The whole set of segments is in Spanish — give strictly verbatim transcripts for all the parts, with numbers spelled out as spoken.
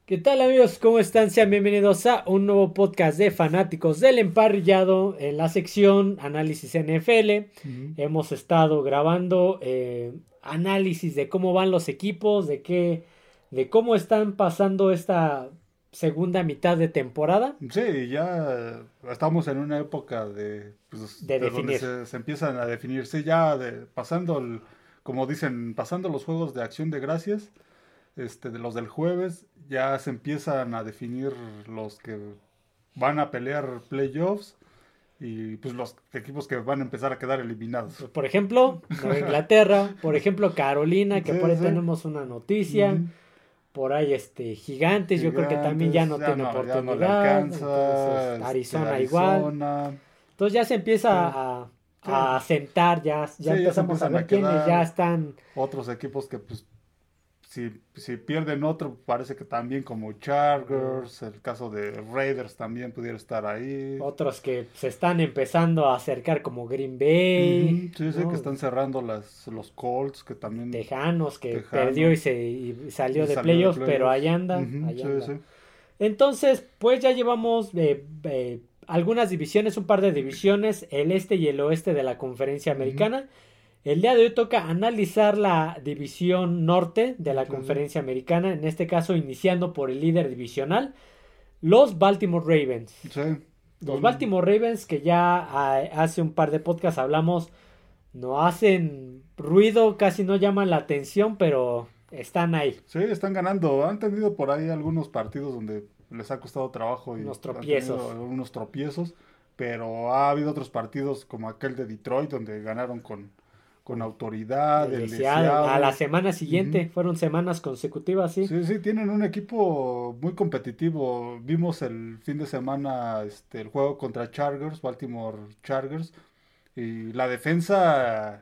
¿Qué tal amigos? ¿Cómo están? Sean bienvenidos a un nuevo podcast de fanáticos del emparrillado en la sección Análisis N F L. Ujú. Hemos estado grabando eh, análisis de cómo van los equipos, de qué, de cómo están pasando esta segunda mitad de temporada Sí, ya estamos en una época de, pues, de de donde definir. se, se empiezan a definir, sí, ya de, pasando, el- como dicen, pasando los juegos de acción de gracias, este, de los del jueves, ya se empiezan a definir los que van a pelear playoffs y pues los equipos que van a empezar a quedar eliminados. Pues, por ejemplo, Nueva Inglaterra, por ejemplo, Carolina, que Sí, por ahí sí. tenemos una noticia. Ujú. Por ahí, este, Gigantes, yo creo que también ya Gigantes, no ya tiene no, ya no le oportunidad. Entonces, alcanza, este, Arizona igual. Arizona, Entonces ya se empieza sí, a, sí. a sentar, ya, Sí, ya ya se empezamos a empiezan ver a quiénes ya quedar están. otros equipos que pues si, si pierden otro, parece que también como uh, Chargers, el caso de Raiders también pudiera estar ahí. Otros que se están empezando a acercar como Green Bay, Ujú, sí, sí, que ¿no? están cerrando las, los Colts, que también Tejanos que perdió y, Tejanos, se, y salió y de salió de playoffs, pero ahí playoffs. anda, Ujú, ahí sí, anda. sí. Entonces, pues ya llevamos eh, eh, algunas divisiones, un par de divisiones, el este y el oeste de la conferencia Ujú, americana. El día de hoy toca analizar la división norte de sí, la sí, conferencia americana, en este caso iniciando por el líder divisional, los Baltimore Ravens. sí, Los un- Baltimore Ravens que ya ah, hace un par de podcasts hablamos, no hacen ruido, casi no llaman la atención, pero están ahí, sí, están ganando. Han tenido por ahí algunos partidos donde les ha costado trabajo y unos han tenido tropiezos. algunos tropiezos, pero ha habido otros partidos como aquel de Detroit donde ganaron con, con Con autoridad, el de el de Seattle. A la Seattle. semana Ujú. siguiente, fueron semanas consecutivas, sí. Sí, sí, tienen un equipo muy competitivo. Vimos el fin de semana este, el juego contra Chargers, Baltimore Chargers, y la defensa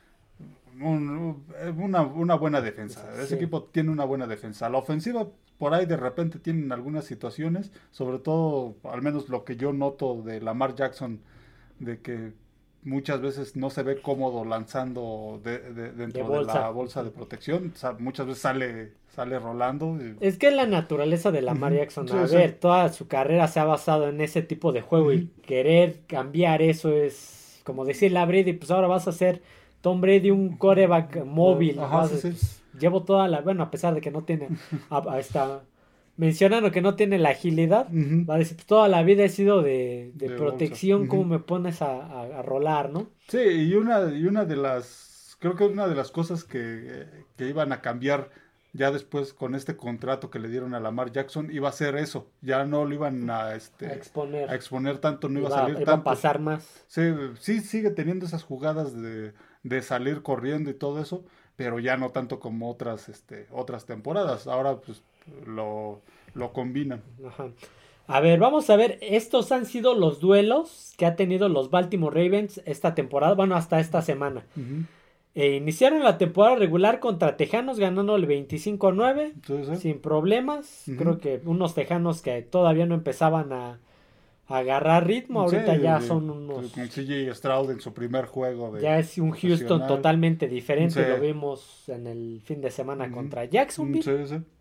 un- una, una buena defensa. Ese Sí. equipo tiene una buena defensa. La ofensiva, por ahí de repente tienen algunas situaciones, sobre todo, al menos lo que yo noto de Lamar Jackson, de que muchas veces no se ve cómodo lanzando de- de- De dentro de la bolsa. bolsa de protección. O sea, muchas veces sale, sale rolando. y- Es que la naturaleza de Lamar Ujú, Jackson, a sí, sí. ver, toda su carrera se ha basado en ese tipo de juego y Ujú, querer cambiar eso es como decirle a Brady, pues ahora vas a ser Tom Brady un coreback eh, móvil, Ajá, vas sí, a- sí. pues, llevo toda la, bueno, a pesar de que no tiene, a- a esta, mencionando que no tiene la agilidad, Ujú, va a decir, pues toda la vida he sido de, de de bolsa. protección, ¿cómo Ujú. me pones a, a- a rolar, no? Sí, y una, y una de las, creo que una de las cosas que, que iban a cambiar ya después con este contrato que le dieron a Lamar Jackson iba a ser eso. Ya no lo iban a, A este, exponer, a exponer tanto, no iba a iba, salir iba a tanto. pasar más. Sí, sí sigue teniendo esas jugadas de, de salir corriendo y todo eso, pero ya no tanto como otras, este, otras temporadas. Ahora pues lo, lo combinan. Ajá. A ver, vamos a ver, estos han sido los duelos que ha tenido los Baltimore Ravens esta temporada, bueno, hasta esta semana. Ujú. Eh, iniciaron la temporada regular contra Tejanos ganando el veinticinco a nueve, Sí, sí. sin problemas. Ujú. Creo que unos Tejanos que todavía no empezaban a, a agarrar ritmo, Sí, ahorita ya de- son con unos... C J Stroud en su primer juego de Ya es un Houston profesional. totalmente Sí, diferente, lo vimos en el fin de semana ujú, contra mm, Jacksonville. sí, sí.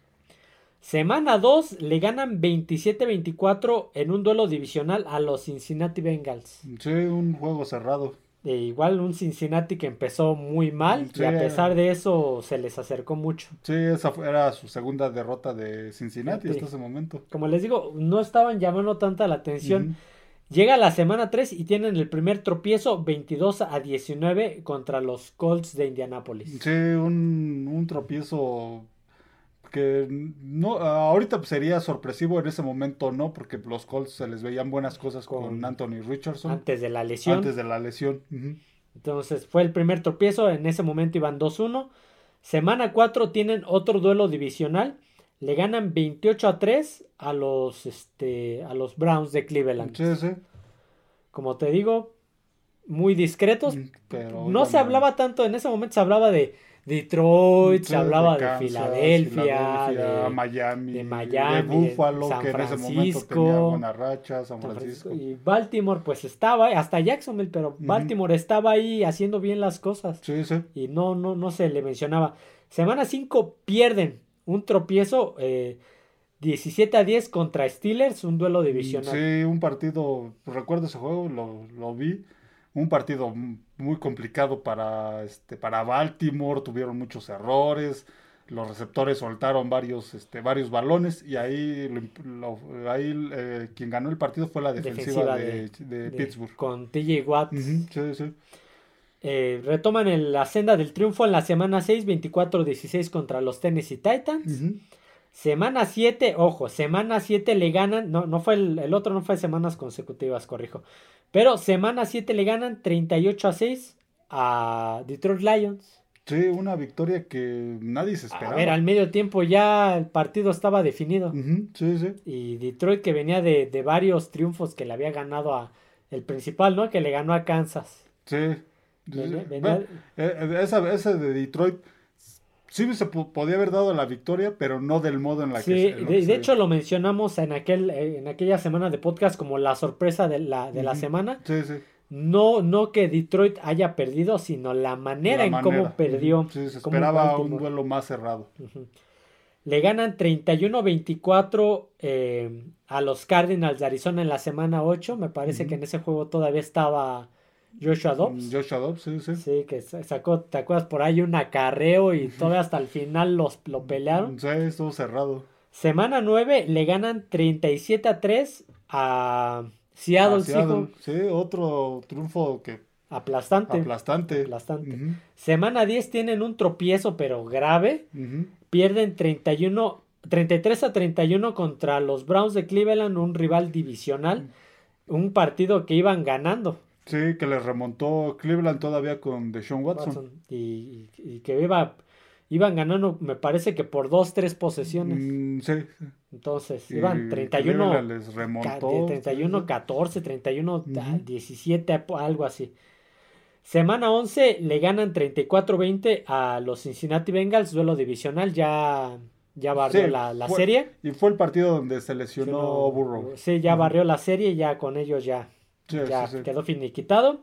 Semana dos le ganan veintisiete veinticuatro en un duelo divisional a los Cincinnati Bengals. Sí, un juego cerrado. E igual un Cincinnati que empezó muy Mm, mal Sí, y a pesar de eso se les acercó mucho. sí, esa fue- era su segunda derrota de Cincinnati hasta Fíjate, ese momento. como les digo, no estaban llamando tanta la atención. Ujú. Llega la semana tres y tienen el primer tropiezo veintidós a diecinueve contra los Colts de Sí, Indianápolis. un, un tropiezo que no, ahorita pues, sería sorpresivo en ese momento, ¿no? Porque los Colts se les veían buenas cosas con Con Anthony Richardson antes de la lesión. antes de la lesión. Ujú. Entonces fue el primer tropiezo, en ese momento iban dos uno. Semana cuatro tienen otro duelo divisional. Le ganan veintiocho a tres a los, este, a los Browns de Cleveland. Sí, sí. Como te digo, muy discretos. Mm, Pero No se iban a, hablaba tanto, en ese momento se hablaba de Detroit, sí, se de hablaba de Kansas, Filadelfia, Filadelfia, de, Miami, de de Miami, de Buffalo, San que en ese momento tenía Francisco. buena racha, San San Francisco Francisco. y Baltimore pues estaba, hasta Jacksonville, pero Ujú. Baltimore estaba ahí haciendo bien las cosas Sí, sí. y no, no, no se le mencionaba. Semana cinco pierden un tropiezo. eh, diecisiete a diez contra Steelers, un duelo divisional. Sí, un partido, recuerdo ese juego, lo, lo vi, un partido m- muy complicado para, este, para Baltimore, tuvieron muchos errores, los receptores soltaron varios, este, varios balones y ahí, lo imp- lo- ahí eh, quien ganó el partido fue la defensiva Defensiva de, de, de de- Pittsburgh. con T J Watt. Ujú, sí, sí. Eh, retoman el- la senda del triunfo en la semana seis, veinticuatro dieciséis contra los Tennessee Titans. Ujú. Semana siete, ojo, semana siete le ganan, no, no fue el, el otro, no fue semanas consecutivas, corrijo. Pero semana siete le ganan treinta y ocho a seis a Detroit Lions. Sí, una victoria que nadie se A ver, esperaba. al medio tiempo ya el partido estaba definido. Ujú, sí, sí. Y Detroit, que venía de, de varios triunfos que le había ganado a el principal, ¿no? Que le ganó a Kansas. Sí. Venía- Sí, venía- bueno, eh, eh, esa, ese de Detroit sí se po- podía haber dado la victoria, pero no del modo en la Sí, que se, en lo de, que de se- hecho lo mencionamos en aquel, eh, en aquella semana de podcast como la sorpresa de la, de la Ujú, semana. sí, sí, No, no que Detroit haya perdido, sino la manera la en manera. cómo perdió. Ujú, sí, se cómo esperaba un Baltimore. duelo más cerrado. Ujú. Le ganan treinta y uno a veinticuatro eh, a los Cardinals de Arizona en la semana ocho. Me parece Ujú. que en ese juego todavía estaba Joshua Mm, Dobbs. Joshua Dobbs, sí, sí. Sí, que sa- sacó, ¿te acuerdas? Por ahí un acarreo y todavía hasta el final los, lo pelearon. Sí, estuvo cerrado. Semana nueve le ganan treinta y siete a tres a A Seattle Seattle, Seahawks. sí, otro triunfo que Aplastante. aplastante. Aplastante. Ujú, Semana diez tienen un tropiezo, pero grave. ujú. Pierden treinta y uno, treinta y tres a treinta y uno contra los Browns de Cleveland, un rival divisional. Un partido que iban ganando. Sí, que les remontó Cleveland todavía con Deshaun Watson. Watson, y, y- y que iba, iban ganando, me parece que por dos, tres posesiones. Mm, sí, sí. Entonces, Y iban treinta y uno, Cleveland les ca- remontó. de treinta y uno Sí, catorce, treinta y uno a Ujú. diecisiete, algo así. Semana once le ganan treinta y cuatro veinte a los Cincinnati Bengals, duelo divisional, ya, ya barrió Sí, la, la fue- serie. Y fue el partido donde se lesionó Si no- Burrow. Sí, ya Ujú. barrió la serie, ya con ellos ya, Sí, ya sí, sí. quedó finiquitado.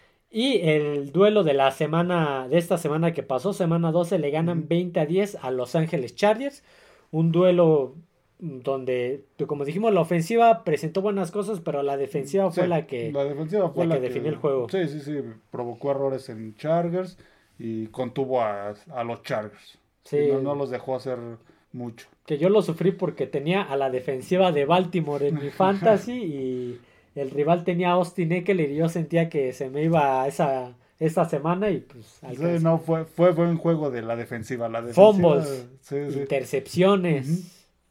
Y el duelo de la semana, de esta semana que pasó, semana doce, le ganan Ujú. veinte a diez a Los Ángeles Chargers. Un duelo mm, donde, como dijimos, la ofensiva presentó buenas cosas, pero la defensiva fue Sí, la que... la defensiva fue la la, que definió el juego. Sí, sí, sí. Provocó errores en Chargers y contuvo a, a los Chargers. Sí, Sí. no, no los dejó hacer mucho. Que yo lo sufrí porque tenía a la defensiva de Baltimore en mi fantasy y el rival tenía a Austin Eckler y yo sentía que se me iba esa, esa semana y pues Sí, alcanzó. no, fue, fue buen juego de la defensiva. La defensiva Fumbles, sí, sí. intercepciones, Ujú.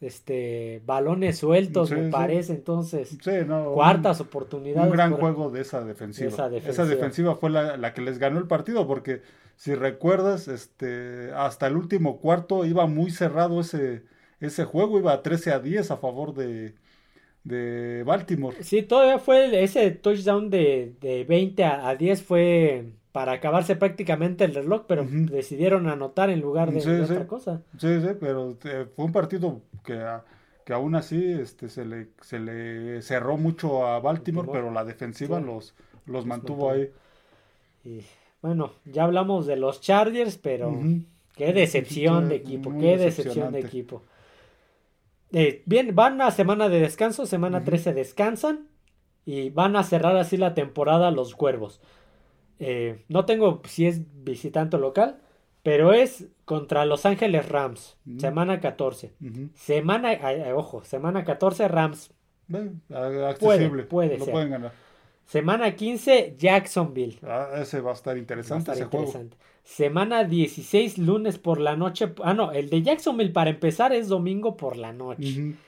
este, balones sueltos, Sí, me sí. parece, entonces, Sí, no, cuartas un, oportunidades. un gran por- juego de esa defensiva. de esa Esa defensiva. defensiva fue la, la que les ganó el partido porque si recuerdas, este, hasta el último cuarto iba muy cerrado ese, ese juego, iba trece a diez a favor de, de Baltimore. Sí, todavía fue el- ese touchdown de, de veinte a, a diez fue para acabarse prácticamente el reloj, pero Ujú. decidieron anotar en lugar de, Sí, de sí. otra cosa. Sí, sí, pero eh, fue un partido que, a- que aún así este, se le, se le cerró mucho a Baltimore, Baltimore. pero la defensiva Sí. los, los mantuvo. mantuvo ahí. Y bueno, ya hablamos de los Chargers, pero Ujú. qué decepción Sí, de equipo, muy qué decepción de decepcionante. equipo. Eh, bien, van a semana de descanso, semana Ujú. trece descansan y van a cerrar así la temporada los Cuervos. Eh, no tengo si es visitante o local, pero es contra Los Ángeles Rams, Ujú. semana catorce. Ujú. Semana, ay, ay, ojo, semana catorce Rams, Bueno, a- accesible, puede lo ser. pueden ganar. semana quince Jacksonville. Ah, ese va a estar Va a interesante, estar ese juego. interesante. Semana dieciséis, lunes por la noche. Ah, no, el de Jacksonville para empezar es domingo por la noche. Ujú.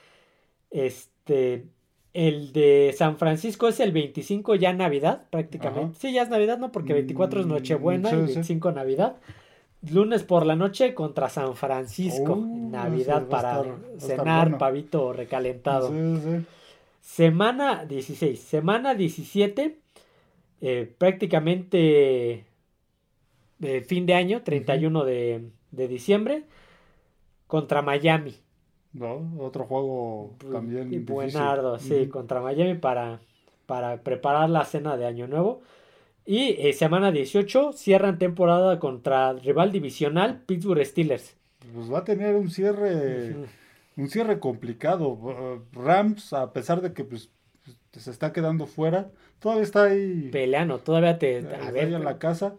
Este, el de San Francisco es el veinticinco, ya Navidad, prácticamente. Ajá. Sí, ya es Navidad, ¿no? Porque veinticuatro es Mm, Nochebuena sí, y sí. veinticinco Navidad. Lunes por la noche contra San Francisco. Uh, Navidad ese va a para estar- va a estar cenar, bueno. pavito recalentado. Sí, sí. Semana dieciséis. Semana diecisiete, eh, prácticamente de fin de año, treinta y uno de, de diciembre, contra Miami. No, otro juego también Y difícil. buenardo, sí, Ujú. contra Miami para, para preparar la cena de Año Nuevo. Y eh, semana dieciocho cierran temporada contra rival divisional Pittsburgh Steelers. Pues va a tener un cierre Ujú. un cierre complicado. Uh, Rams, a pesar de que pues, se está quedando fuera, todavía está ahí, Peleando, todavía te... eh, A está ahí ver, en la casa,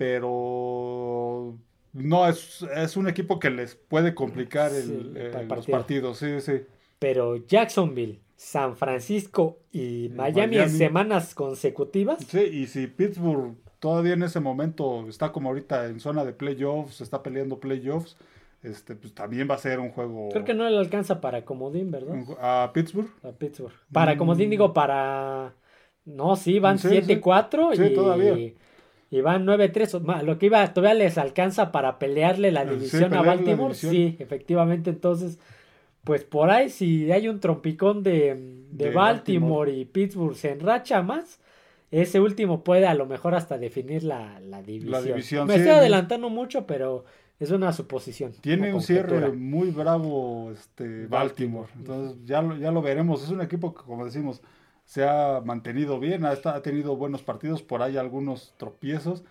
pero no, es, es un equipo que les puede complicar sí, el, para el eh, los partido. partidos, sí, sí. Pero Jacksonville, San Francisco y Eh, Miami en Miami, semanas consecutivas. sí, y si Pittsburgh todavía en ese momento está como ahorita en zona de playoffs, está peleando playoffs, este, pues también va a ser un Creo que juego, no le alcanza para comodín, ¿verdad? un ju- a Pittsburgh. A Pittsburgh. Para comodín Mm, digo para... No, sí, van sí, siete sí, cuatro sí, todavía. y, y van nueve tres. Ma- Lo que iba, todavía les alcanza para pelearle la Eh, Sí, división a pelear la Baltimore. división Sí, efectivamente. Entonces, pues por ahí si hay un trompicón de, de de Baltimore. Baltimore y Pittsburgh se enracha más, ese último puede a lo mejor hasta definir la, la La división. división, Me sí, estoy sí. adelantando mucho, pero es una suposición, una Tiene un cierre conjetura. muy bravo este Baltimore. Baltimore. Entonces ya lo, ya lo veremos. Es un equipo que, como decimos, se ha mantenido bien, ha, esta- ha tenido buenos partidos, por ahí algunos tropiezos,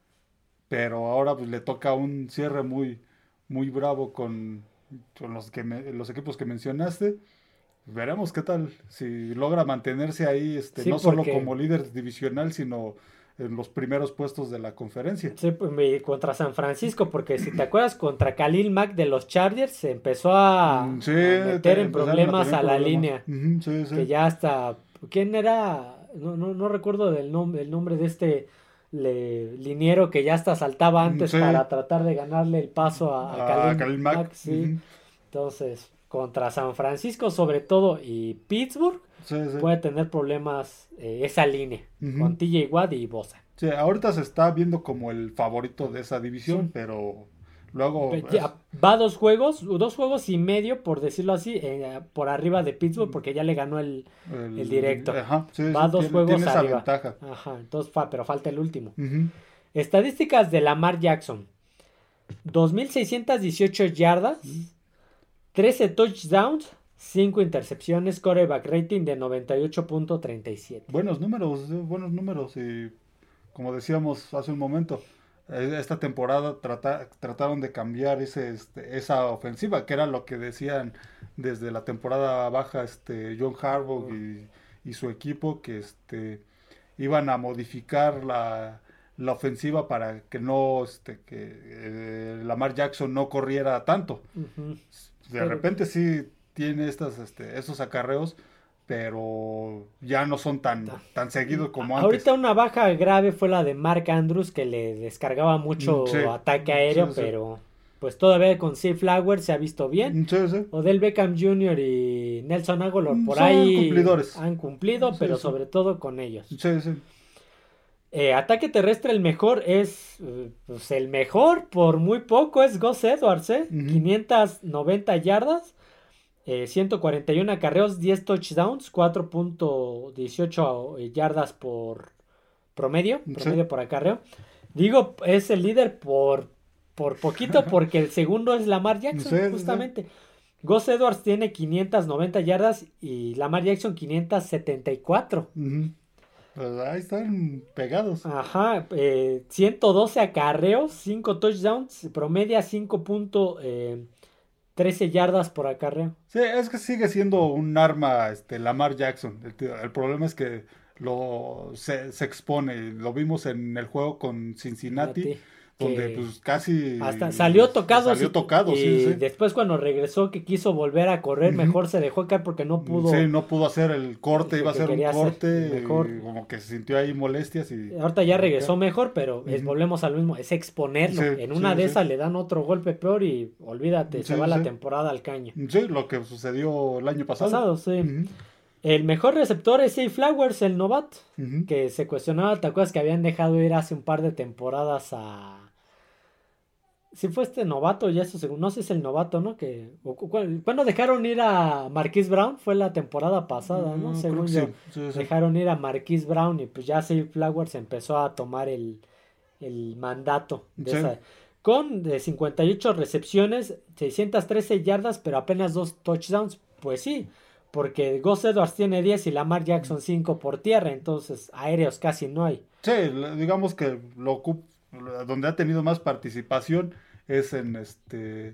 pero ahora pues le toca un cierre muy, muy bravo con, con los, que me- los equipos que mencionaste. Veremos qué tal, si logra mantenerse ahí, este, Sí, no solo porque como líder divisional, sino en los primeros puestos de la conferencia. sí, pues, me- contra San Francisco, porque si te acuerdas, contra Khalil Mack de los Chargers se empezó a, Mm, sí, a meter te- en empezaron a problemas tener a la problemas. línea, Ujú, sí, que sí. ya hasta, ¿quién era? No, no, no recuerdo del nombre, el nombre de este le- liniero que ya hasta saltaba Mm, antes sí, para tratar de ganarle el paso a, a a Khalil Khalil Mack. Mack, sí. Ujú, Entonces, contra San Francisco sobre todo y Pittsburgh sí, sí. puede tener problemas eh, esa línea con Ujú. T J Watt y Bosa. Sí, ahorita se está viendo como el favorito de esa división, Sí. pero luego Ve- es, ya va dos juegos, dos juegos y medio, por decirlo así, eh, por arriba de Pittsburgh, porque ya le ganó el, el el, directo. ajá, sí, Va sí, dos tiene, juegos tiene esa arriba. ventaja. Ajá, entonces, fa- pero falta el último. Ujú. Estadísticas de Lamar Jackson: dos mil seiscientas dieciocho yardas, trece touchdowns, cinco intercepciones, quarterback rating de noventa y ocho punto treinta y siete. Buenos números, eh, buenos números y como decíamos hace un momento, eh, esta temporada trata- trataron de cambiar ese, este, esa ofensiva, que era lo que decían desde la temporada baja este, John Harbaugh y, y su equipo, que este, iban a modificar la, la ofensiva para que no, este, que eh, Lamar Jackson no corriera tanto. Ujú. De Pero repente sí tiene estas, este, esos acarreos, pero ya no son tan, tan seguidos como ahorita antes. una baja grave fue la de Mark Andrews, que le descargaba Mm, sí, mucho ataque sí, aéreo, sí. pero pues todavía con Steve Flowers se ha visto bien. Mm, sí, sí. Odell Beckham junior y Nelson Aguilar Mm, por son ahí cumplidores. han cumplido, Sí, pero sí. sobre todo con ellos. Sí, sí. Eh, ataque terrestre, el mejor es, eh, pues el mejor por muy poco es Gus Edwards, ¿eh? Ujú. quinientas noventa yardas, eh, ciento cuarenta y uno acarreos, diez touchdowns, cuatro punto dieciocho yardas por promedio, Sí. promedio por acarreo. Digo, es el líder por, por poquito porque el segundo es Lamar Jackson, Sí, sí, sí. justamente. Gus Edwards tiene quinientas noventa yardas y Lamar Jackson quinientas setenta y cuatro. Ujú. Pues ahí están pegados. Ajá, eh, ciento doce acarreos, cinco touchdowns, promedia cinco punto trece yardas por acarreo. Sí, es que sigue siendo un arma este Lamar Jackson. El, tío- el problema es que lo se, se expone. Lo vimos en el juego con Cincinnati, Fíjate, donde que pues casi hasta salió tocado. salió sí, tocado, y sí, sí. después cuando regresó que quiso volver a correr, Ujú. mejor se dejó caer porque no pudo. Sí, no pudo hacer el corte, Lo iba a que hacer un quería hacer, corte, mejor. y como que se sintió ahí molestias y Ahorita ya acá. regresó mejor, pero es- Ujú. volvemos al mismo, es exponerlo. Sí, En una sí, de sí. esas le dan otro golpe peor y olvídate, se Sí, va la sí. temporada al caño. Sí, lo que sucedió el año pasado. Pasado, sí. Ujú, El mejor receptor es Zay Flowers, el novato, ujú. que se cuestionaba, ¿te acuerdas que habían dejado ir hace un par de temporadas a... Si fue este novato, ya eso según, no sé si es el novato, ¿no? Que, o cu- cuál- ¿cuándo dejaron ir a Marquise Brown? Fue la temporada pasada, ¿no? Mm, creo Según que yo. sí, sí, sí. Dejaron ir a Marquise Brown y pues ya Zay Flowers empezó a tomar el, el mandato de Sí. esa. Con de cincuenta y ocho recepciones, seiscientas trece yardas, pero apenas dos touchdowns. Pues sí, porque Gus Edwards tiene diez y Lamar Jackson cinco por tierra, entonces aéreos casi no hay. Sí, le- digamos que lo ocup- donde ha tenido más participación es en este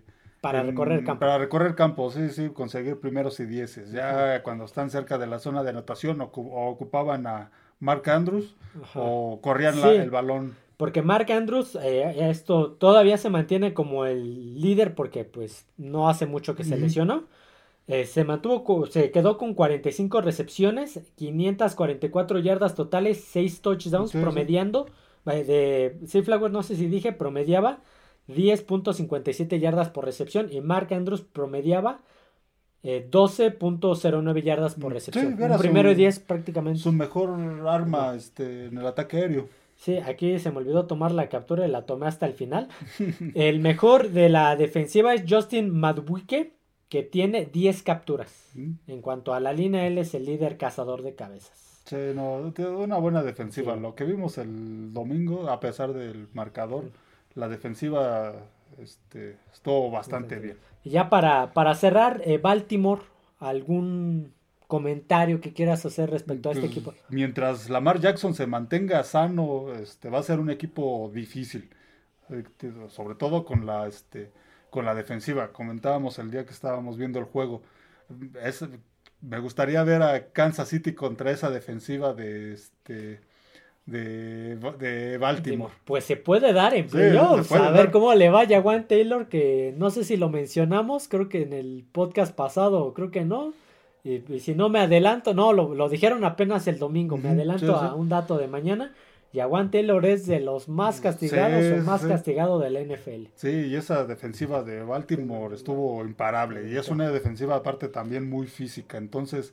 para en- recorrer campo. Para recorrer campo, sí, sí, conseguir primeros y dieces. Ya cuando están cerca de la zona de anotación ocu- o ocupaban a Mark Andrews Ajá. o corrían la- el Sí, balón. porque Mark Andrews, eh, esto todavía se mantiene como el líder porque pues no hace mucho que se Ujú. lesionó. Eh, se mantuvo, co- se quedó con cuarenta y cinco recepciones, quinientas cuarenta y cuatro yardas totales, seis touchdowns, Sí, sí. promediando. eh, De Steve Flowers, no sé si dije, promediaba diez punto cincuenta y siete yardas por recepción y Mark Andrews promediaba eh, doce punto cero nueve yardas por Mm, Sí, recepción. Un era primero y su, diez prácticamente. su mejor Ajá. arma este, en el ataque aéreo. Sí, aquí se me olvidó tomar la captura y la tomé hasta el final. El mejor de la defensiva es Justin Madubuike, que tiene diez capturas. Mm. En cuanto a la línea, él es el líder cazador de cabezas. Sí, no, tiene una buena defensiva. Sí. Lo que vimos el domingo, a pesar del marcador, la defensiva este, estuvo bastante Defensiva. bien. Y ya para, para cerrar, eh, Baltimore, ¿algún comentario que quieras hacer respecto a este Pues, equipo? mientras Lamar Jackson se mantenga sano, este, va a ser un equipo difícil, eh, te- sobre todo con la, este, con la defensiva. Comentábamos el día que estábamos viendo el juego. Es, me gustaría ver a Kansas City contra esa defensiva de, este, de, de Baltimore. Pues se puede dar en Sí, se playoffs. puede A ver dar. cómo le va a Jawan Taylor, que no sé si lo mencionamos, creo que en el podcast pasado, creo que no. Y, y si no me adelanto, no, lo, lo dijeron apenas el domingo, me Ujú, adelanto sí, sí. a un dato de mañana. Jawan Taylor es de los más castigados Sí, o más sí. castigado de la N F L. Sí, y esa defensiva de Baltimore estuvo imparable. Y es una defensiva aparte también muy física. Entonces,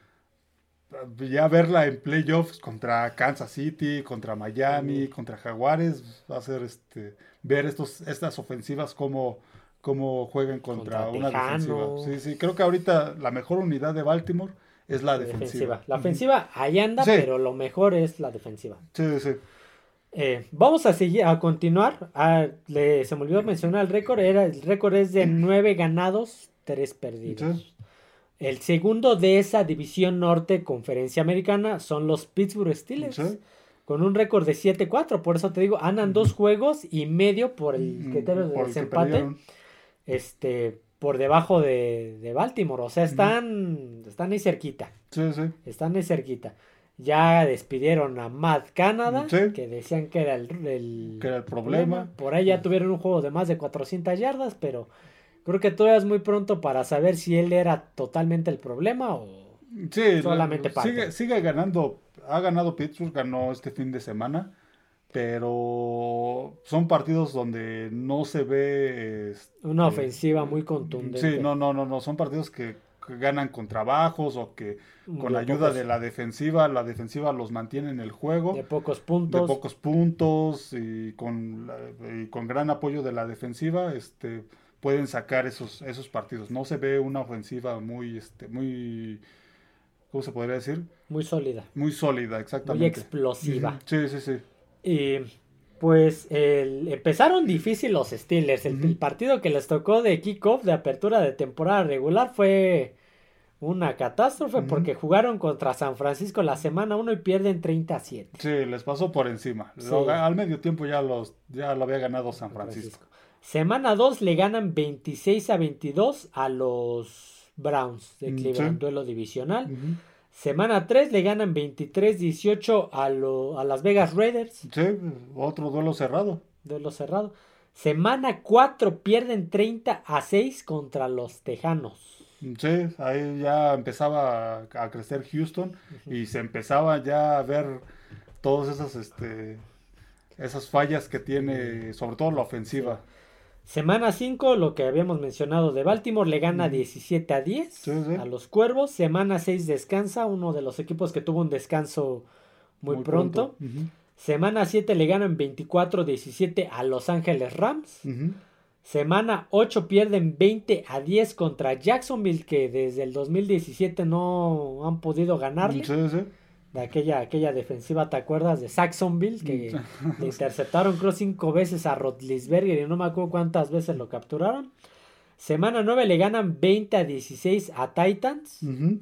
ya verla en playoffs contra Kansas City, contra Miami, Sí. contra Jaguares, va a ser este ver estos, estas ofensivas cómo, cómo juegan contra, Contra una defensiva. Tejanos. Sí, sí, creo que ahorita la mejor unidad de Baltimore es la La defensiva. defensiva. La Ujú. ofensiva ahí anda, Sí, pero lo mejor es la defensiva. sí, sí. Eh, vamos a seguir, a continuar. Ah, le- se me olvidó mencionar el récord. Era, el récord es de nueve ganados, tres perdidos. Sí. El segundo de esa división norte, conferencia americana, son los Pittsburgh Steelers. Sí. Con un récord de siete cuatro. Por eso te digo, andan dos juegos y medio por el Mm, criterio de por el que desempate. perdieron. Este, por debajo de, de Baltimore. O sea, están, están ahí cerquita. Sí, sí. Están ahí cerquita. Ya despidieron a Matt Canada, Sí. que decían que era el, el Que era el problema. Por ahí ya tuvieron un juego de más de cuatrocientas yardas, pero creo que todavía es muy pronto para saber si él era totalmente el problema o Sí, solamente la- parte. sigue, sigue ganando, ha ganado Pittsburgh, ganó este fin de semana, pero son partidos donde no se ve, Una este, ofensiva muy sí, contundente. no, no, no, no, son partidos que, que ganan con trabajos o que con De ayuda pocos- de la defensiva, la defensiva los mantiene en el juego, de pocos de puntos. pocos puntos y con, la- y con gran apoyo de la defensiva, este, pueden sacar esos, esos partidos. No se ve una ofensiva muy, este, muy, ¿cómo se podría decir? Muy sólida, Muy sólida, muy exactamente. explosiva. Ujú, sí, sí, sí. Y pues el- empezaron difícil los Steelers. El, Ujú. el partido que les tocó de kickoff de apertura de temporada regular fue una catástrofe Ujú. porque jugaron contra San Francisco la semana uno y pierden treinta a siete. Sí, les pasó por encima. Sí. Lo- al medio tiempo ya los ya lo había ganado San Francisco. Semana dos le ganan veintiséis a veintidós a los Browns de Mm, Cleveland, sí. duelo divisional. Ujú. Semana tres le ganan veintitrés dieciocho a, lo- a Las Vegas Raiders, Sí, otro duelo cerrado. duelo cerrado. Semana cuatro pierden treinta a seis contra los Tejanos. Sí, ahí ya empezaba a, a crecer Houston y se empezaba ya a ver todas esas este esas fallas que tiene, sobre todo la ofensiva. Semana cinco, lo que habíamos mencionado de Baltimore, le gana Ujú. diecisiete a diez Sí, sí. a los Cuervos. Semana seis descansa, uno de los equipos que tuvo un descanso muy, pronto. Ujú, Semana siete le ganan veinticuatro a diecisiete a Los Ángeles Rams. ujú. Semana ocho pierden veinte a diez contra Jacksonville, que desde el dos mil diecisiete no han podido ganarle. Sí, sí. De aquella, aquella defensiva, ¿te acuerdas? De Saxonville, que le interceptaron creo cinco veces a Roethlisberger y no me acuerdo cuántas veces lo capturaron. Semana nueve le ganan veinte a dieciséis a Titans. Ujú.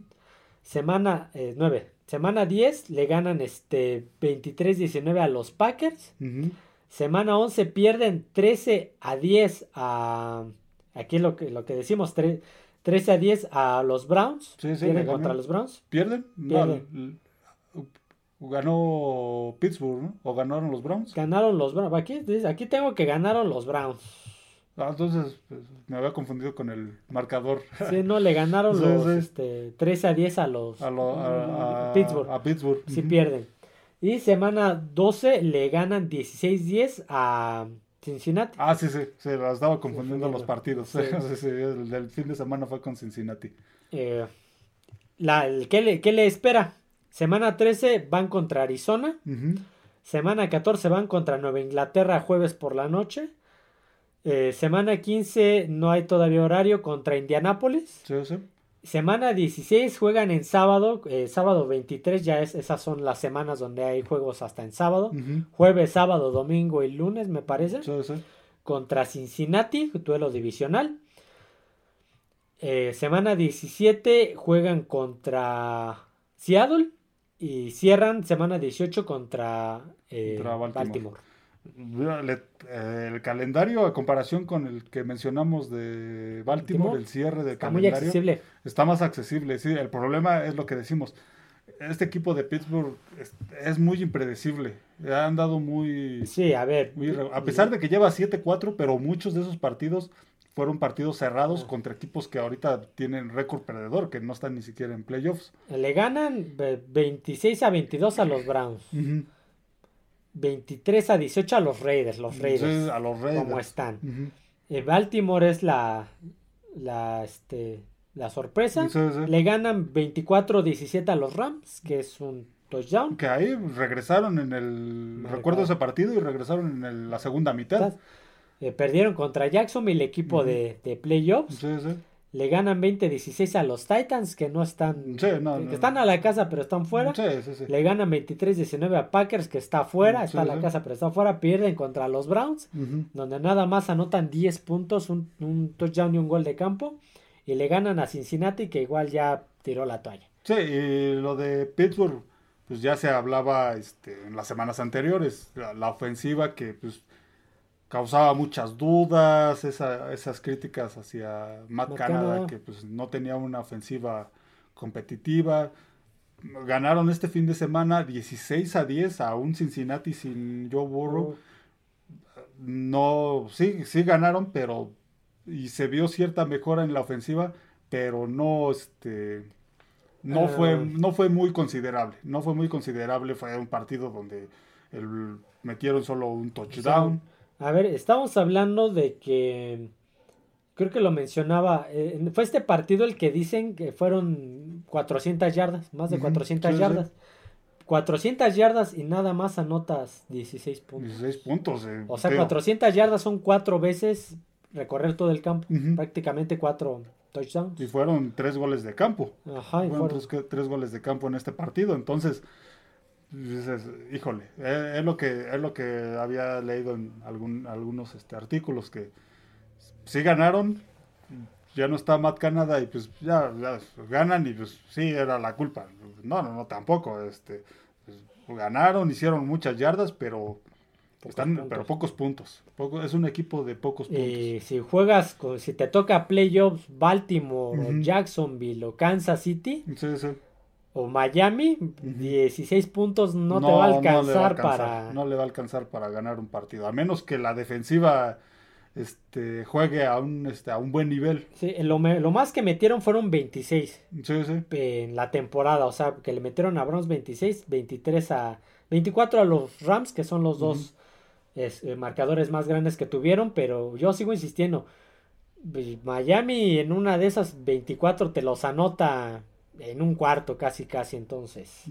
Semana eh, nueve. Semana diez le ganan este veintitrés diecinueve a los Packers. Ujú. Semana once pierden trece a diez a, aquí lo que, lo que decimos, tre- trece a diez a los Browns. Sí, sí, Pierden le contra ganan. los Browns. ¿Pierden? No, Pierden. l- l- ganó Pittsburgh, ¿no? ¿O ganaron los Browns? Ganaron los Browns. Aquí, dice- aquí tengo que ganaron los Browns. Ah, entonces pues, me había confundido con el marcador. Sí, no, le ganaron Sí, los sí. este, trece a diez a los A, lo- a, a- Pittsburgh. a Pittsburgh. Sí Ujú. pierden. Y semana doce le ganan dieciséis diez a Cincinnati. Ah, sí, sí, se la estaba confundiendo Confundiendo. los partidos. Sí. Sí, sí, el del fin de semana fue con Cincinnati. Eh, la, el, ¿qué, le, qué le espera? Semana trece van contra Arizona. Ujú. Semana catorce van contra Nueva Inglaterra jueves por la noche. Eh, semana quince no hay todavía horario contra Indianápolis. Sí, sí. Semana dieciséis juegan en sábado. eh, sábado veintitrés ya es, esas son las semanas donde hay juegos hasta en sábado. Ujú. Jueves, sábado, domingo y lunes me parece. Sí, sí. Contra Cincinnati, duelo divisional. Eh, semana diecisiete juegan contra Seattle y cierran semana dieciocho contra, eh, Contra Baltimore. Baltimore. Mira, le- eh, el calendario a comparación con el que mencionamos de Baltimore, Baltimore, el cierre del Está muy calendario, accesible. está más accesible. Sí, el problema es lo que decimos. Este equipo de Pittsburgh es, es muy impredecible. Han dado muy, Sí, a ver. muy irre- a pesar de que lleva siete cuatro, pero muchos de esos partidos fueron partidos cerrados Ah. contra equipos que ahorita tienen récord perdedor, que no están ni siquiera en playoffs. Le ganan eh, veintiséis a veintidós a los Browns. Ujú. veintitrés a dieciocho a los Raiders. Los Raiders. Sí, a los Raiders. Como están. Ujú. Eh, Baltimore es la, la, este, la sorpresa. Sí, sí. Le ganan veinticuatro diecisiete a los Rams, que es un touchdown. Que ahí regresaron en el... Me Recuerdo recuerdo. ese partido y regresaron en el- la segunda mitad. Eh, perdieron contra Jacksonville, el equipo Ujú. de, de playoffs. Sí, sí. Le ganan veinte dieciséis a los Titans, que no están... Sí, no, que no. están a la casa, pero están fuera. Sí, sí, sí. Le ganan veintitrés diecinueve a Packers, que está fuera. Sí, Está a la sí. casa, pero está fuera. Pierden contra los Browns, Ujú. donde nada más anotan diez puntos, un, un touchdown y un gol de campo. Y le ganan a Cincinnati, que igual ya tiró la toalla. Sí, y lo de Pittsburgh, pues ya se hablaba este, en las semanas anteriores, la, la ofensiva que pues causaba muchas dudas, esa- esas críticas hacia Matt, Matt Canada, Canada. que pues no tenía una ofensiva competitiva. Ganaron este fin de semana dieciséis a diez a un Cincinnati sin Joe Burrow. No, sí, sí ganaron, pero y se vio cierta mejora en la ofensiva, pero no, este, no Ah. fue, no fue muy considerable, no fue muy considerable, fue un partido donde el- metieron solo un touchdown. A ver, estamos hablando de que... Creo que lo mencionaba. eh, fue este partido el que dicen que fueron cuatrocientas yardas, más de Ujú, cuatrocientas sí, sí. yardas. cuatrocientas yardas y nada más anotas dieciséis puntos. dieciséis puntos. eh, O sea, digo, cuatrocientas yardas son cuatro veces recorrer todo el campo. Ujú. Prácticamente cuatro touchdowns. y fueron tres goles de campo. Ajá, y Fueron fueron- tres, que- tres goles de campo en este partido. Entonces, dices, híjole, eh, es, lo que, es lo que había leído en algún, algunos este, artículos que sí ganaron, ya no está Matt Canada y pues ya, ya ganan y pues sí, era la culpa. No, no, no, tampoco. Este, pues, ganaron, hicieron muchas yardas, pero, Pocos están, puntos. pero pocos puntos. Poco- es un equipo de pocos puntos. Y si juegas, con, si te toca playoffs Baltimore Ujú. o Jacksonville o Kansas City Sí, sí. o Miami, dieciséis puntos no, te No, va a no le alcanzar, alcanzar, para... no le va a alcanzar para ganar un partido, a menos que la defensiva este, juegue a un, este, a un buen nivel. Sí, lo, me- lo más que metieron fueron veintiséis Sí, sí. en la temporada, o sea, que le metieron a Browns veintiséis, veintitrés a veinticuatro a los Rams, que son los dos es, eh, marcadores más grandes que tuvieron, pero yo sigo insistiendo, pues, Miami en una de esas veinticuatro te los anota en un cuarto casi casi, entonces. Sí,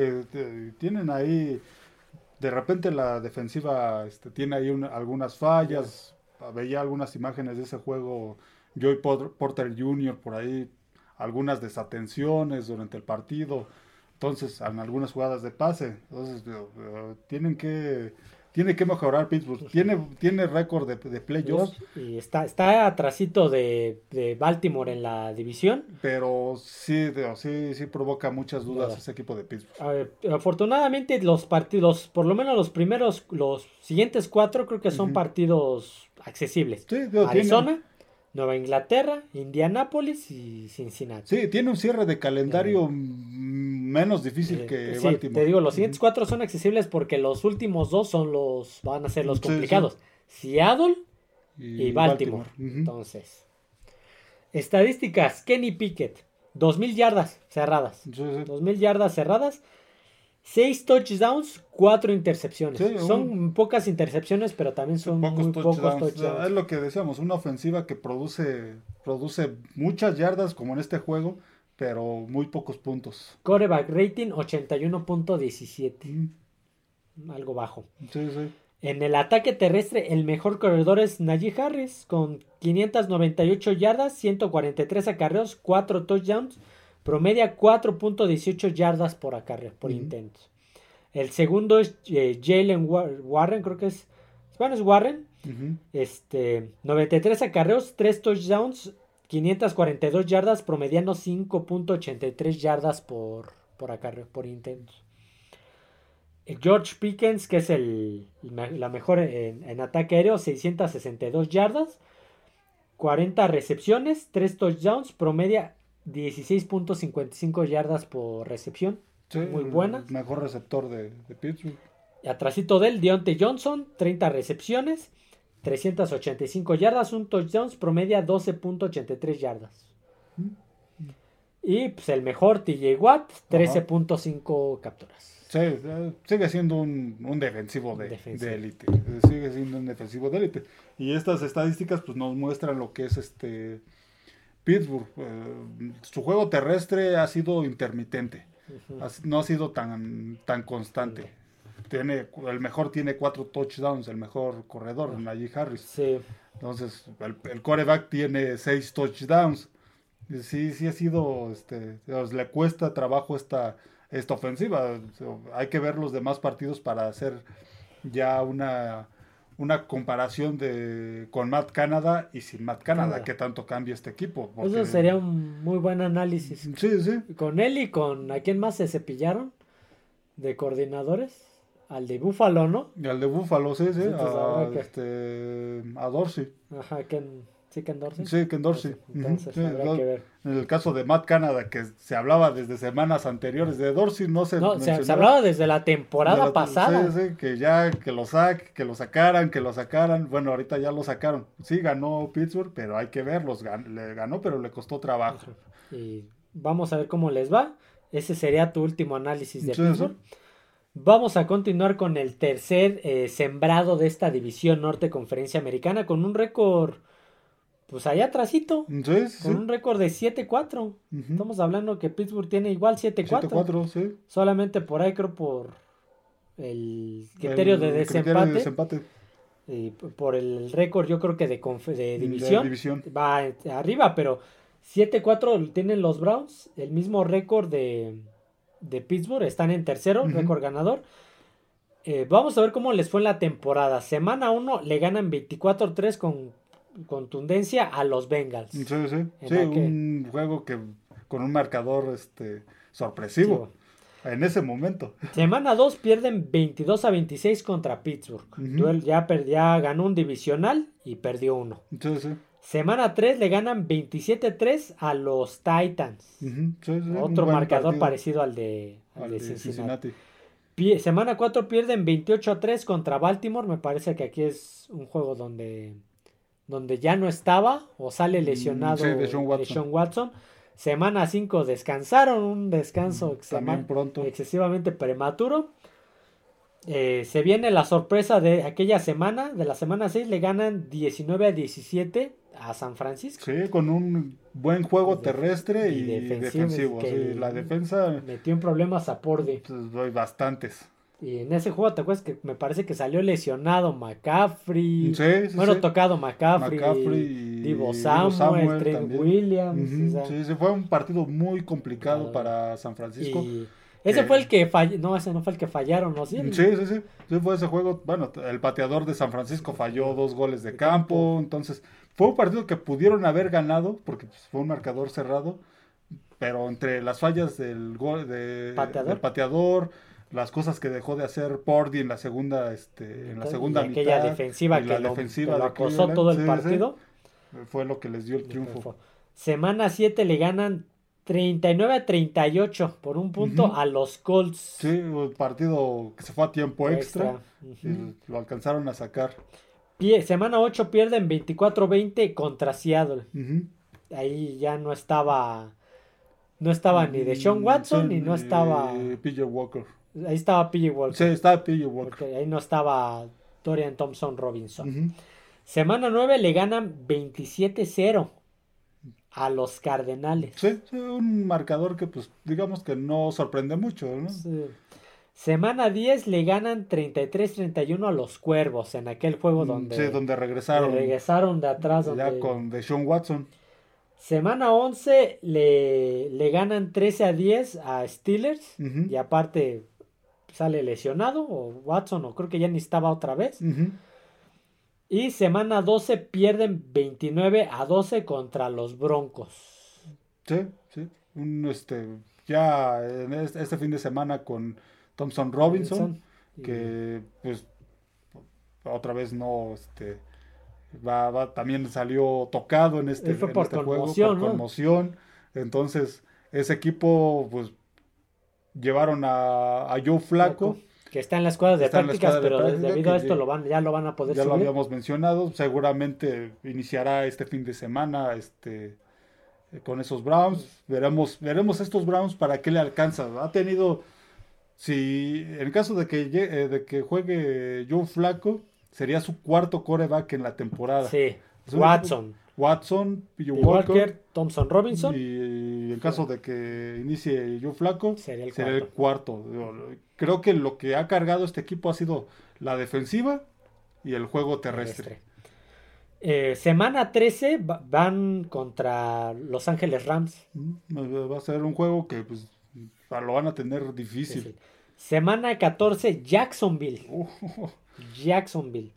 te- tienen ahí, de repente la defensiva este, tiene ahí una- algunas fallas. Veía algunas imágenes de ese juego, Joey Por- Porter junior por ahí, algunas desatenciones durante el partido. Entonces, en algunas jugadas de pase. Entonces, digo, eh, tienen que, tiene que mejorar Pittsburgh. Tiene, tiene récord de, de playoffs, Y está, está atrasito de, de Baltimore en la división. pero sí, digo, sí, sí provoca muchas dudas Dudas. ese equipo de Pittsburgh. A ver, afortunadamente los partidos, por lo menos los primeros, los siguientes cuatro creo que son Ujú. partidos accesibles. Sí, digo, Arizona, tiene- Nueva Inglaterra, Indianápolis y Cincinnati. Sí, tiene un cierre de calendario eh, menos difícil eh, que sí, Baltimore. Te digo, los siguientes cuatro son accesibles porque los últimos dos son los van a ser los complicados. Sí, sí. Seattle y, y Baltimore. Baltimore. Uh-huh. Entonces, estadísticas, Kenny Pickett, dos mil yardas cerradas. Sí, sí. dos mil yardas cerradas. seis touchdowns, cuatro intercepciones. Sí, son un, pocas intercepciones, pero también son pocos muy touchdowns. pocos touchdowns. Es lo que decíamos, una ofensiva que produce, produce muchas yardas, como en este juego, pero muy pocos puntos. Quarterback rating ochenta y uno punto diecisiete. Mm. Algo bajo. Sí, sí. En el ataque terrestre, el mejor corredor es Najee Harris, con quinientas noventa y ocho yardas, ciento cuarenta y tres acarreos, cuatro touchdowns. Promedia cuatro punto dieciocho yardas por acarreo, por uh-huh. intento. El segundo es eh, Jalen Warren, creo que es. Bueno, es Warren. Uh-huh. Este, noventa y tres acarreos, tres touchdowns, quinientas cuarenta y dos yardas, promediando cinco punto ochenta y tres yardas por, por acarreo, por intento. George Pickens, que es el, la mejor en, en ataque aéreo, seiscientas sesenta y dos yardas, cuarenta recepciones, tres touchdowns, promedia dieciséis punto cincuenta y cinco yardas por recepción. Sí, muy buena. El mejor receptor de, de Pittsburgh. Y atrásito de él, Deontay Johnson, treinta recepciones, trescientas ochenta y cinco yardas, un touchdown, promedia doce punto ochenta y tres yardas. ¿Mm? Y pues el mejor T J Watt, trece punto cinco capturas. Sí, sigue siendo un, un defensivo de élite. Sigue siendo un defensivo de élite. Y estas estadísticas pues nos muestran lo que es este Pittsburgh. Eh, su juego terrestre ha sido intermitente. Uh-huh. ha, no ha sido tan, tan constante. Uh-huh. Tiene, el mejor tiene cuatro touchdowns, el mejor corredor, uh-huh. Najee Harris. Sí. Entonces, el, el quarterback tiene seis touchdowns. Sí, sí ha sido, este, pues, le cuesta trabajo esta, esta ofensiva. Hay que ver los demás partidos para hacer ya una, una comparación de con Matt Canada y sin Matt Canada, Canada. ¿Qué tanto cambia este equipo? Porque, eso sería un muy buen análisis. Sí, sí. Con él y con, ¿a quién más se cepillaron de coordinadores? Al de Buffalo, ¿no? Y al de Buffalo, sí, sí. sí a, que... este, a Dorsey. Ajá, Ken, sí, Ken Dorsey. Sí, Ken Dorsey. Entonces, sí, habrá no, que ver. En el caso de Matt Canada, que se hablaba desde semanas anteriores de Dorsey, no se No, se, se hablaba desde la temporada de la, pasada. Sí, sí, que ya, que lo sac, que lo sacaran, que lo sacaran. Bueno, ahorita ya lo sacaron. Sí, ganó Pittsburgh, pero hay que verlos. Gan, le ganó, pero le costó trabajo. Y vamos a ver cómo les va. Ese sería tu último análisis de sí, Pittsburgh. Sí. Vamos a continuar con el tercer eh, sembrado de esta división norte conferencia americana con un récord, pues allá atrásito, sí, sí, con sí. un récord de siete cuatro. Uh-huh. Estamos hablando que Pittsburgh tiene igual siete cuatro. siete cuatro, sí. Solamente por ahí creo por el criterio el de desempate. Criterio de desempate. Y por el récord yo creo que de, conf- de división, de división va arriba, pero siete cuatro tienen los Browns, el mismo récord de... de Pittsburgh, están en tercero, uh-huh. récord ganador. Eh, vamos a ver cómo les fue en la temporada. Semana uno le ganan veinticuatro tres con contundencia a los Bengals. Sí, sí, sí, un juego que con un marcador este sorpresivo sí. en ese momento. Semana dos pierden veintidós a veintiséis contra Pittsburgh. Uh-huh. Duel, ya, per, ya ganó un divisional y perdió uno. Sí, sí. Semana tres le ganan veintisiete tres a los Titans. Uh-huh. Sí, sí, otro marcador parecido al de, al al de de Cincinnati. Cincinnati. Pie, semana cuatro pierden veintiocho a tres contra Baltimore. Me parece que aquí es un juego donde, donde ya no estaba o sale lesionado sí, de Sean Watson. de Sean Watson. Semana cinco descansaron, un descanso También pronto. excesivamente prematuro. Eh, se viene la sorpresa de aquella semana, de la semana seis, le ganan diecinueve a diecisiete a San Francisco. Sí, con un buen juego terrestre y, y defensivo. defensivo. Sí, la defensa metió en problemas a Purdy. Pues, bastantes. Y en ese juego, ¿te acuerdas que me parece que salió lesionado McCaffrey? Sí, sí, bueno, sí. tocado McCaffrey, McCaffrey y Divo Samuel, Samuel Trent Williams. Uh-huh. O sea, sí, sí, fue un partido muy complicado uh, para San Francisco. Y ese que... fue el que falló, no, ese no fue el que fallaron, ¿no? Sí, sí, sí, sí, sí, fue ese juego. Bueno, el pateador de San Francisco falló dos goles de, de campo, campo, entonces fue un partido que pudieron haber ganado, porque pues, fue un marcador cerrado, pero entre las fallas del gol de, ¿Pateador? del pateador, las cosas que dejó de hacer Purdy en la segunda, este, en la segunda y aquella mitad, defensiva que la lo, defensiva que lo de acosó todo el sí, partido. Sí. fue lo que les dio el triunfo. Semana siete le ganan treinta y nueve a treinta y ocho por un punto uh-huh. a los Colts. Sí, un partido que se fue a tiempo extra, extra. Uh-huh. Y lo alcanzaron a sacar. Pie, semana ocho pierden veinticuatro veinte contra Seattle. Uh-huh. Ahí ya no estaba no estaba ni Deshaun Watson sí, ni no estaba P J Walker. Ahí estaba P J Walker. Sí, estaba P J Walker. Porque ahí no estaba Dorian Thompson Robinson. Uh-huh. Semana nueve le ganan veintisiete cero a los Cardenales. Sí, sí, un marcador que pues digamos que no sorprende mucho, ¿no? Sí. Semana diez le ganan treinta y tres treinta y uno a los Cuervos en aquel juego donde... Sí, donde regresaron. Regresaron de atrás. Ya donde... con Deshaun Watson. Semana once le, le ganan trece a diez a Steelers. Uh-huh. Y aparte sale lesionado o Watson o creo que ya ni estaba otra vez. Uh-huh. Y semana doce pierden veintinueve a doce contra los Broncos. Sí, sí. Un, este, ya en este, este fin de semana con Thompson Robinson, Robinson. que pues otra vez no, este, va, va, también salió tocado en este, fue en por este conmoción, juego, por ¿no? conmoción. Entonces, ese equipo, pues, llevaron a, a Joe Flacco. Flacco. Que está en las escuadras de prácticas, de pero práctica, debido a esto ya, lo van, ya lo van a poder ya subir. Ya lo habíamos mencionado, seguramente iniciará este fin de semana este, con esos Browns. Veremos, veremos estos Browns para qué le alcanza. Ha tenido, si en caso de que, de que juegue Joe Flacco, sería su cuarto quarterback en la temporada. Sí, Watson. Watson, P J Walker, Walker, Thompson Robinson. Y en caso de que inicie Joe Flacco, sería el sería cuarto. el cuarto. Creo que lo que ha cargado este equipo ha sido la defensiva y el juego terrestre. terrestre. Eh, semana trece van contra Los Ángeles Rams. Va a ser un juego que pues, lo van a tener difícil. Sí, sí. Semana catorce, Jacksonville. Uh. Jacksonville.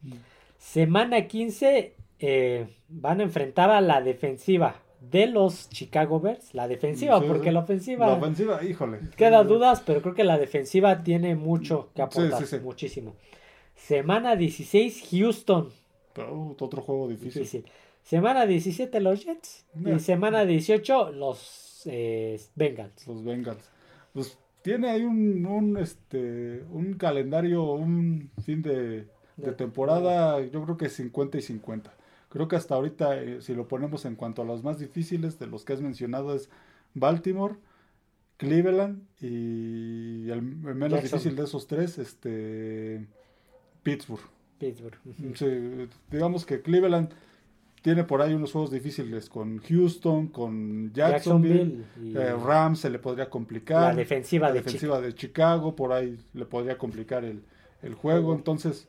Semana quince, eh, van a enfrentar a la defensiva de los Chicago Bears. La defensiva, sí, porque sí. la ofensiva... La ofensiva, híjole. Queda dudas, pero creo que la defensiva tiene mucho que aportar. Sí, sí, sí. Muchísimo. Semana dieciséis, Houston. Oh, otro juego difícil. difícil. Semana diecisiete, los Jets. Yeah. Y semana dieciocho, los eh, Bengals. Los Bengals. Pues tiene ahí un, un, este, un calendario, un fin de, de temporada, yo creo que cincuenta y cincuenta. Creo que hasta ahorita, eh, si lo ponemos en cuanto a los más difíciles de los que has mencionado, es Baltimore, Cleveland y el, el menos Jackson. difícil de esos tres, este Pittsburgh. Pittsburgh. Uh-huh. Sí, digamos que Cleveland tiene por ahí unos juegos difíciles con Houston, con Jacksonville, Jacksonville y... eh, Rams se le podría complicar. La defensiva, la de, defensiva Chicago. de Chicago, por ahí le podría complicar el, el juego. Uh-huh. Entonces...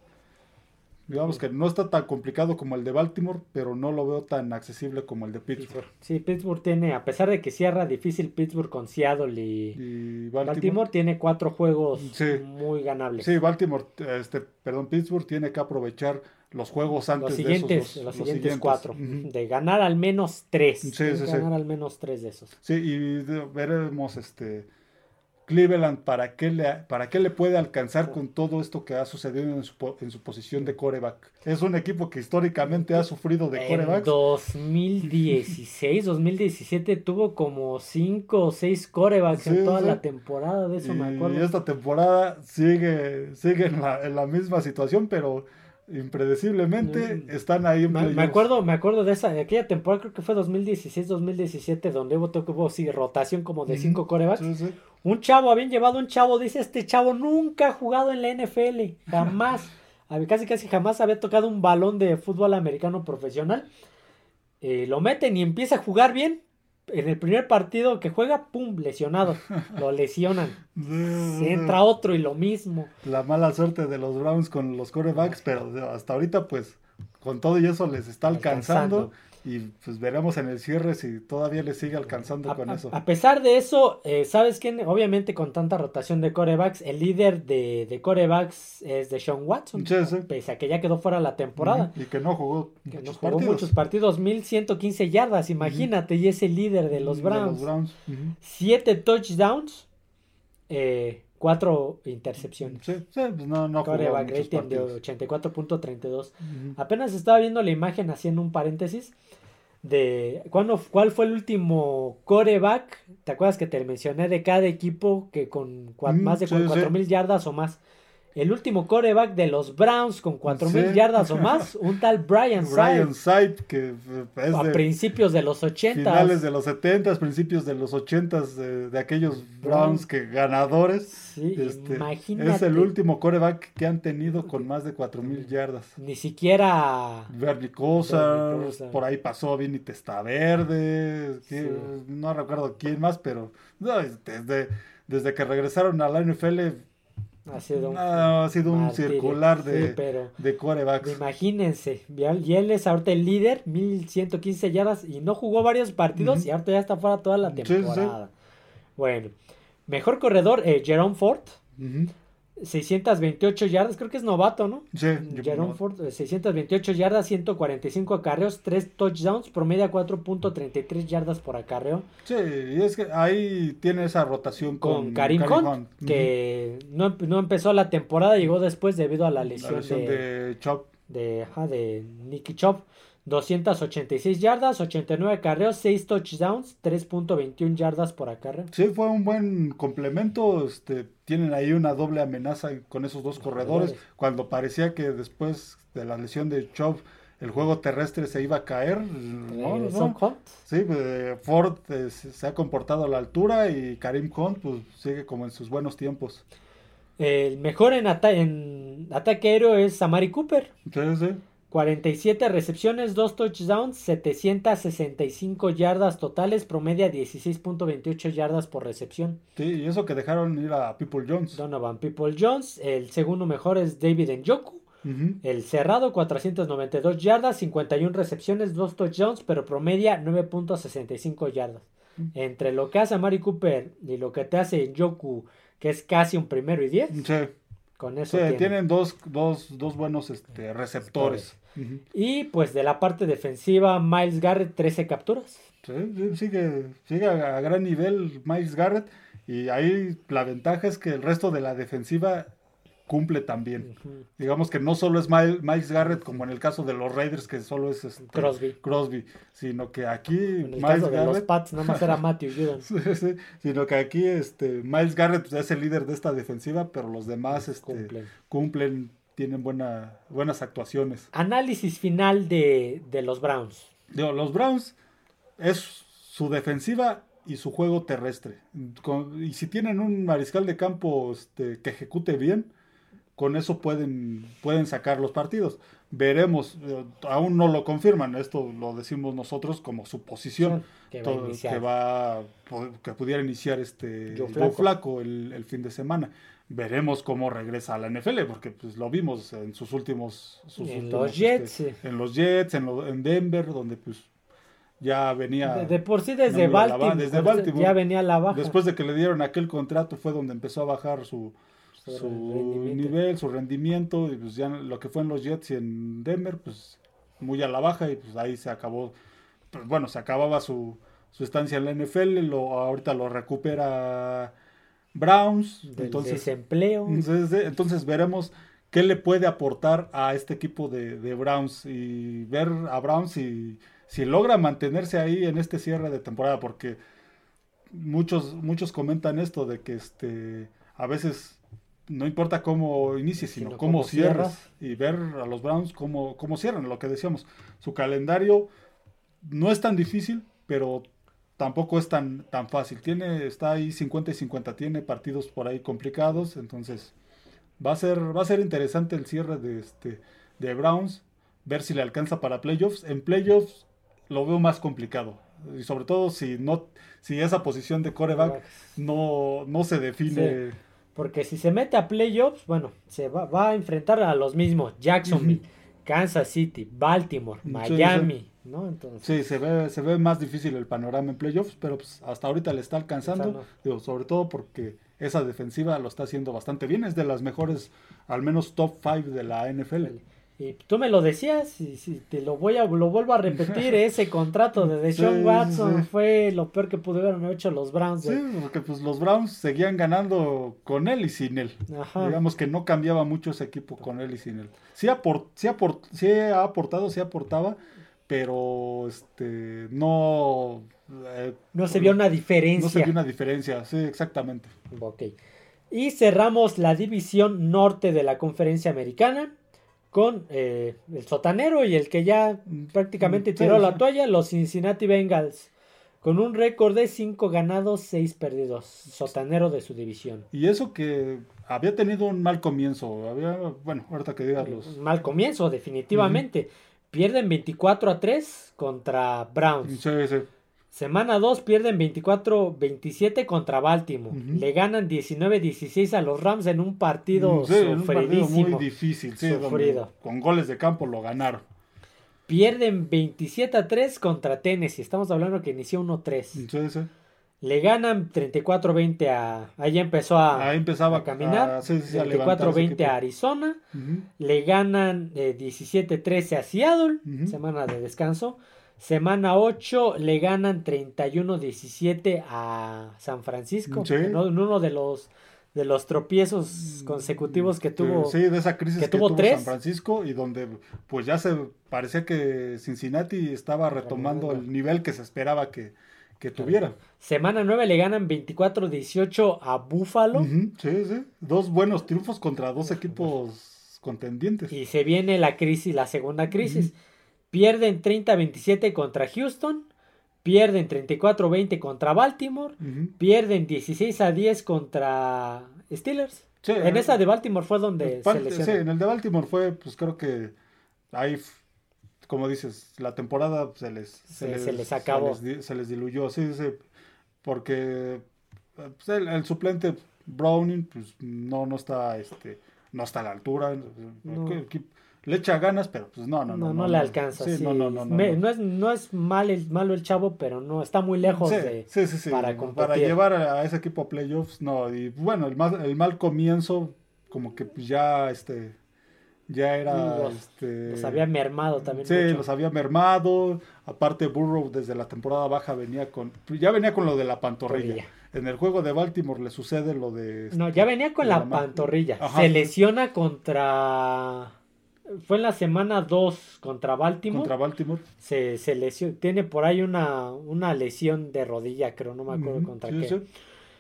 Digamos que no está tan complicado como el de Baltimore, pero no lo veo tan accesible como el de Pittsburgh. Sí, Pittsburgh tiene, a pesar de que cierra difícil Pittsburgh con Seattle y, y Baltimore, Baltimore, tiene cuatro juegos sí. muy ganables. Sí, Baltimore, este, perdón, Pittsburgh tiene que aprovechar los juegos antes los siguientes, de esos. Los, los, los siguientes siguientes cuatro. Uh-huh. De ganar al menos tres. Sí, de sí, ganar sí. al menos tres de esos. Sí, y de, veremos este... Cleveland, ¿para qué, le, ¿para qué le puede alcanzar con todo esto que ha sucedido en su, en su posición de quarterback? Es un equipo que históricamente ha sufrido de quarterbacks. En dos mil dieciséis, dos mil diecisiete tuvo como cinco o seis quarterbacks sí, en toda sí. la temporada, de eso y, me acuerdo. Y esta temporada sigue, sigue en, la, en la misma situación, pero impredeciblemente no, están ahí en me, me acuerdo me acuerdo de esa de aquella temporada, creo que fue dos mil dieciséis dos mil diecisiete, donde hubo, hubo sí, rotación como de cinco quarterbacks. Sí, sí. Un chavo, habían llevado un chavo, dice este chavo nunca ha jugado en la N F L, jamás, casi casi jamás había tocado un balón de fútbol americano profesional. Eh, lo meten y empieza a jugar bien. En el primer partido que juega, pum, lesionado. Lo lesionan. Se entra otro y lo mismo. La mala suerte de los Browns con los quarterbacks, pero hasta ahorita, pues, con todo y eso les está alcanzando. alcanzando. Y pues veremos en el cierre si todavía les sigue alcanzando a, con a, eso. A pesar de eso, eh, ¿sabes quién? Obviamente con tanta rotación de quarterbacks, el líder de, de quarterbacks es Deshaun Watson. Sí, sí. Pese a que ya quedó fuera la temporada. Uh-huh. Y que no jugó que muchos no jugó partidos. muchos partidos, mil ciento quince yardas, imagínate, uh-huh. y es el líder de los Browns. De los Browns. Uh-huh. Siete touchdowns, eh, cuatro intercepciones. Sí, sí, pues no, no jugó quarterback muchos rating partidos. de ochenta y cuatro punto treinta y dos. Uh-huh. Apenas estaba viendo la imagen haciendo un paréntesis. de ¿cuándo, ¿cuál fue el último quarterback? ¿Te acuerdas que te mencioné de cada equipo que con cua- Mm, más de sí, cuatro sí. mil yardas o más? El último quarterback de los Browns con cuatro Sí. mil yardas o más, un tal Brian Saib, Brian Saib, que es a de principios de los finales ochentas. de los setentas, principios de los ochentas, de, de aquellos Browns Brown, que ganadores. sí, Este, es el imagínate. último quarterback que han tenido con más de cuatro mil yardas. Ni siquiera Bernie Bernie Kosar, Kosar. por ahí pasó Vinny Testaverde, Sí. que- no recuerdo quién más, pero no, desde, desde que regresaron a la N F L Ha sido un ha sido un martirio. circular Sí, de, pero de quarterbacks. imagínense. Y él y él es ahorita el líder, mil ciento quince yardas. Y no jugó varios partidos. Ujú. Y ahorita ya está fuera toda la Sí, sí, sí. temporada. Bueno, mejor corredor, eh, Jerome Ford. Ujú. seiscientas veintiocho yardas, creo que es novato, ¿no? Sí, yo- Jerome no. Ford, eh, seiscientas veintiocho yardas, ciento cuarenta y cinco acarreos, tres touchdowns, promedia cuatro punto treinta y tres yardas por acarreo. Sí, y es que ahí tiene esa rotación Con con, Karim Karim Hunt, Hunt. Ujú. que no, no empezó la temporada, llegó después debido a la La lesión, lesión de, de Chop. de, ajá, de Nicky Chop. doscientas ochenta y seis yardas, ochenta y nueve acarreos, seis touchdowns, tres punto veintiuna yardas por acarreo. Sí, fue un buen complemento. Este, tienen ahí una doble amenaza con esos dos corredores. Corredores. Cuando parecía que después de la lesión de Chop el juego terrestre se iba a caer. No, no, Regresó no. Hunt. Sí, eh, Ford eh, se se ha comportado a la altura y Karim Hunt pues sigue como en sus buenos tiempos. El mejor en, ata- en ataque aéreo es Amari Cooper. Sí, sí. cuarenta y siete recepciones, dos touchdowns, setecientas sesenta y cinco yardas totales, promedia dieciséis punto veintiocho yardas por recepción. Sí, y eso que dejaron ir a People Jones. Donovan People Jones, el segundo mejor es David Njoku. Ujú. El cerrado, cuatrocientas noventa y dos yardas, cincuenta y una recepciones, dos touchdowns, pero promedia nueve punto sesenta y cinco yardas. Entre lo que hace Amari Cooper y lo que te hace Njoku, que es casi un primero y diez, Sí, con sí, eso tiene. tienen dos, dos, dos buenos este, receptores. Ujú. Y pues de la parte defensiva, Miles Garrett, trece capturas. Sí, sí, sigue, sigue a, a gran nivel Miles Garrett. Y ahí la ventaja es que el resto de la defensiva cumple también. Ujú. Digamos que no solo es Miles, Miles Garrett como en el caso de los Raiders, que solo es este, Crosby. Crosby, sino que aquí En el Miles caso de los Garrett, Pats, nada más era Matthew Judon. sí, sí, sino que aquí este, Miles Garrett pues, es el líder de esta defensiva, pero los demás este, Cumplen. cumplen, tienen buena, buenas actuaciones. Análisis final de, de los Browns. Digo, los Browns es su defensiva y su juego terrestre. Con- y si tienen un mariscal de campo este, que ejecute bien, con eso pueden, pueden sacar los partidos. Veremos, eh, aún no lo confirman, esto lo decimos nosotros como suposición, Que va a todo- iniciar. que, va, po- que pudiera iniciar este Joe Joe Flacco. Flacco el, el fin de semana. Veremos cómo regresa a la N F L, porque pues lo vimos en sus últimos, sus En últimos, los Jets, este, sí. en los Jets, en, lo- en Denver, donde pues ya venía De, de por sí desde no, muy a la Baltimore, ba- desde Baltimore. ya venía a la baja. Después de que le dieron aquel contrato fue donde empezó a bajar su, Su su rendimiento. nivel, su rendimiento, y pues ya lo que fue en los Jets y en Denver, pues muy a la baja, y pues ahí se acabó, pues bueno, se acababa su, su estancia en la N F L, lo, ahorita lo recupera Browns, Del entonces, desempleo. entonces, entonces veremos qué le puede aportar a este equipo de, de Browns, y ver a Browns si, si logra mantenerse ahí en este cierre de temporada, porque muchos, muchos comentan esto de que este a veces no importa cómo inicies, sino, Sino cómo, cómo cierras, cierras. y ver a los Browns cómo, cómo cierran, lo que decíamos, su calendario no es tan difícil, pero tampoco es tan, tan fácil, tiene, está ahí cincuenta y cincuenta, tiene partidos por ahí complicados, entonces va a ser, va a ser interesante el cierre de este de Browns, ver si le alcanza para playoffs. En playoffs lo veo más complicado, y sobre todo si no, si esa posición de quarterback no, no se define. Sí. Porque si se mete a playoffs, bueno, se va, va a enfrentar a los mismos: Jacksonville, Kansas City, Baltimore, Sí, Miami, ¿no? Entonces, Sí, se ve, se ve más difícil el panorama en playoffs, pero pues hasta ahorita le está alcanzando, Alcanzando. digo, sobre todo porque esa defensiva lo está haciendo bastante bien, es de las mejores, al menos top cinco de la N F L. y tú me lo decías, y si te lo voy a, lo vuelvo a repetir, ese contrato de Deshaun Sí, Watson sí. fue lo peor que pudieron haber hecho los Browns. Sí, de- porque pues los Browns seguían ganando con él y sin él. Ajá. Digamos que no cambiaba mucho ese equipo con él y sin él. Sí, apor- sí, apor- sí ha aportado, sí aportaba, pero este no eh, No se vio una diferencia. No se vio una diferencia, sí, exactamente. Ok. Y cerramos la división norte de la conferencia americana con eh, el sotanero y el que ya prácticamente tiró sí, la sí. toalla, los Cincinnati Bengals, con un récord de cinco ganados, seis perdidos, sotanero de su división. Y eso que había tenido un mal comienzo, había, bueno, ahorita que digas los... Mal comienzo, Ujú. definitivamente. Pierden veinticuatro a tres contra Browns. Sí, sí. Semana dos pierden veinticuatro veintisiete contra Baltimore. Ujú. Le ganan diecinueve dieciséis a los Rams en un Mm, partido sí, en un partido muy sufridísimo. difícil, sí, donde Sufrido. con goles de campo lo ganaron. Pierden veintisiete a tres contra Tennessee. Estamos hablando que inició uno tres. Sí, sí. Le ganan treinta y cuatro veinte a... Ahí empezó a, Ahí empezaba a caminar. a, sí, sí, a treinta y levantar cuatro ese veinte equipo. a Arizona. Ujú, Le ganan eh, diecisiete trece a Seattle. ujú. Semana de descanso. Semana ocho le ganan treinta y uno diecisiete a San Francisco. Sí. En uno de los, de los tropiezos consecutivos que Sí, tuvo. sí, de esa crisis que que, tuvo tuvo tres. San Francisco y donde pues ya se parecía que Cincinnati estaba retomando Remontando. el nivel que se esperaba que, que tuviera. Semana nueve le ganan veinticuatro dieciocho a Buffalo. Ujú, sí, sí. Dos buenos triunfos contra dos equipos contendientes. Y se viene la crisis, la segunda crisis. Ujú. Pierden treinta veintisiete contra Houston. Pierden treinta y cuatro veinte contra Baltimore. Ujú. Pierden dieciséis a diez contra Steelers. Sí, En eh, esa de Baltimore fue donde Bal- se lesionó. sí, en el de Baltimore fue, pues creo que ahí, f- como dices, la temporada se les, se Se, les, se les acabó. se les di- se les diluyó, sí, sí, porque eh, pues, el, el suplente Browning, pues no, no está, este, no está a la altura, No. que- que le echa ganas, pero pues no, no, No, no, no, le alcanza. sí, Sí. no, no, no, no, Me- no. no es, no es mal el, malo el chavo, pero no está muy lejos Sí, de sí, sí, sí, para para, competir. llevar a, a ese equipo a playoffs, no, y bueno, el mal, el mal comienzo, como que pues, ya, este, ya era, Los, este, los había mermado también sí, mucho. los había mermado, aparte Burrow desde la temporada baja venía con, ya venía con lo de la pantorrilla. Torrilla. En el juego de Baltimore le sucede lo de, No, ya venía con de la la ma- pantorrilla. Ajá. Se lesiona contra... Fue en la semana dos contra Baltimore. contra Baltimore. Se, se lesionó. Tiene por ahí una, una lesión de rodilla, creo. No me acuerdo Ujú, contra sí, qué. sí.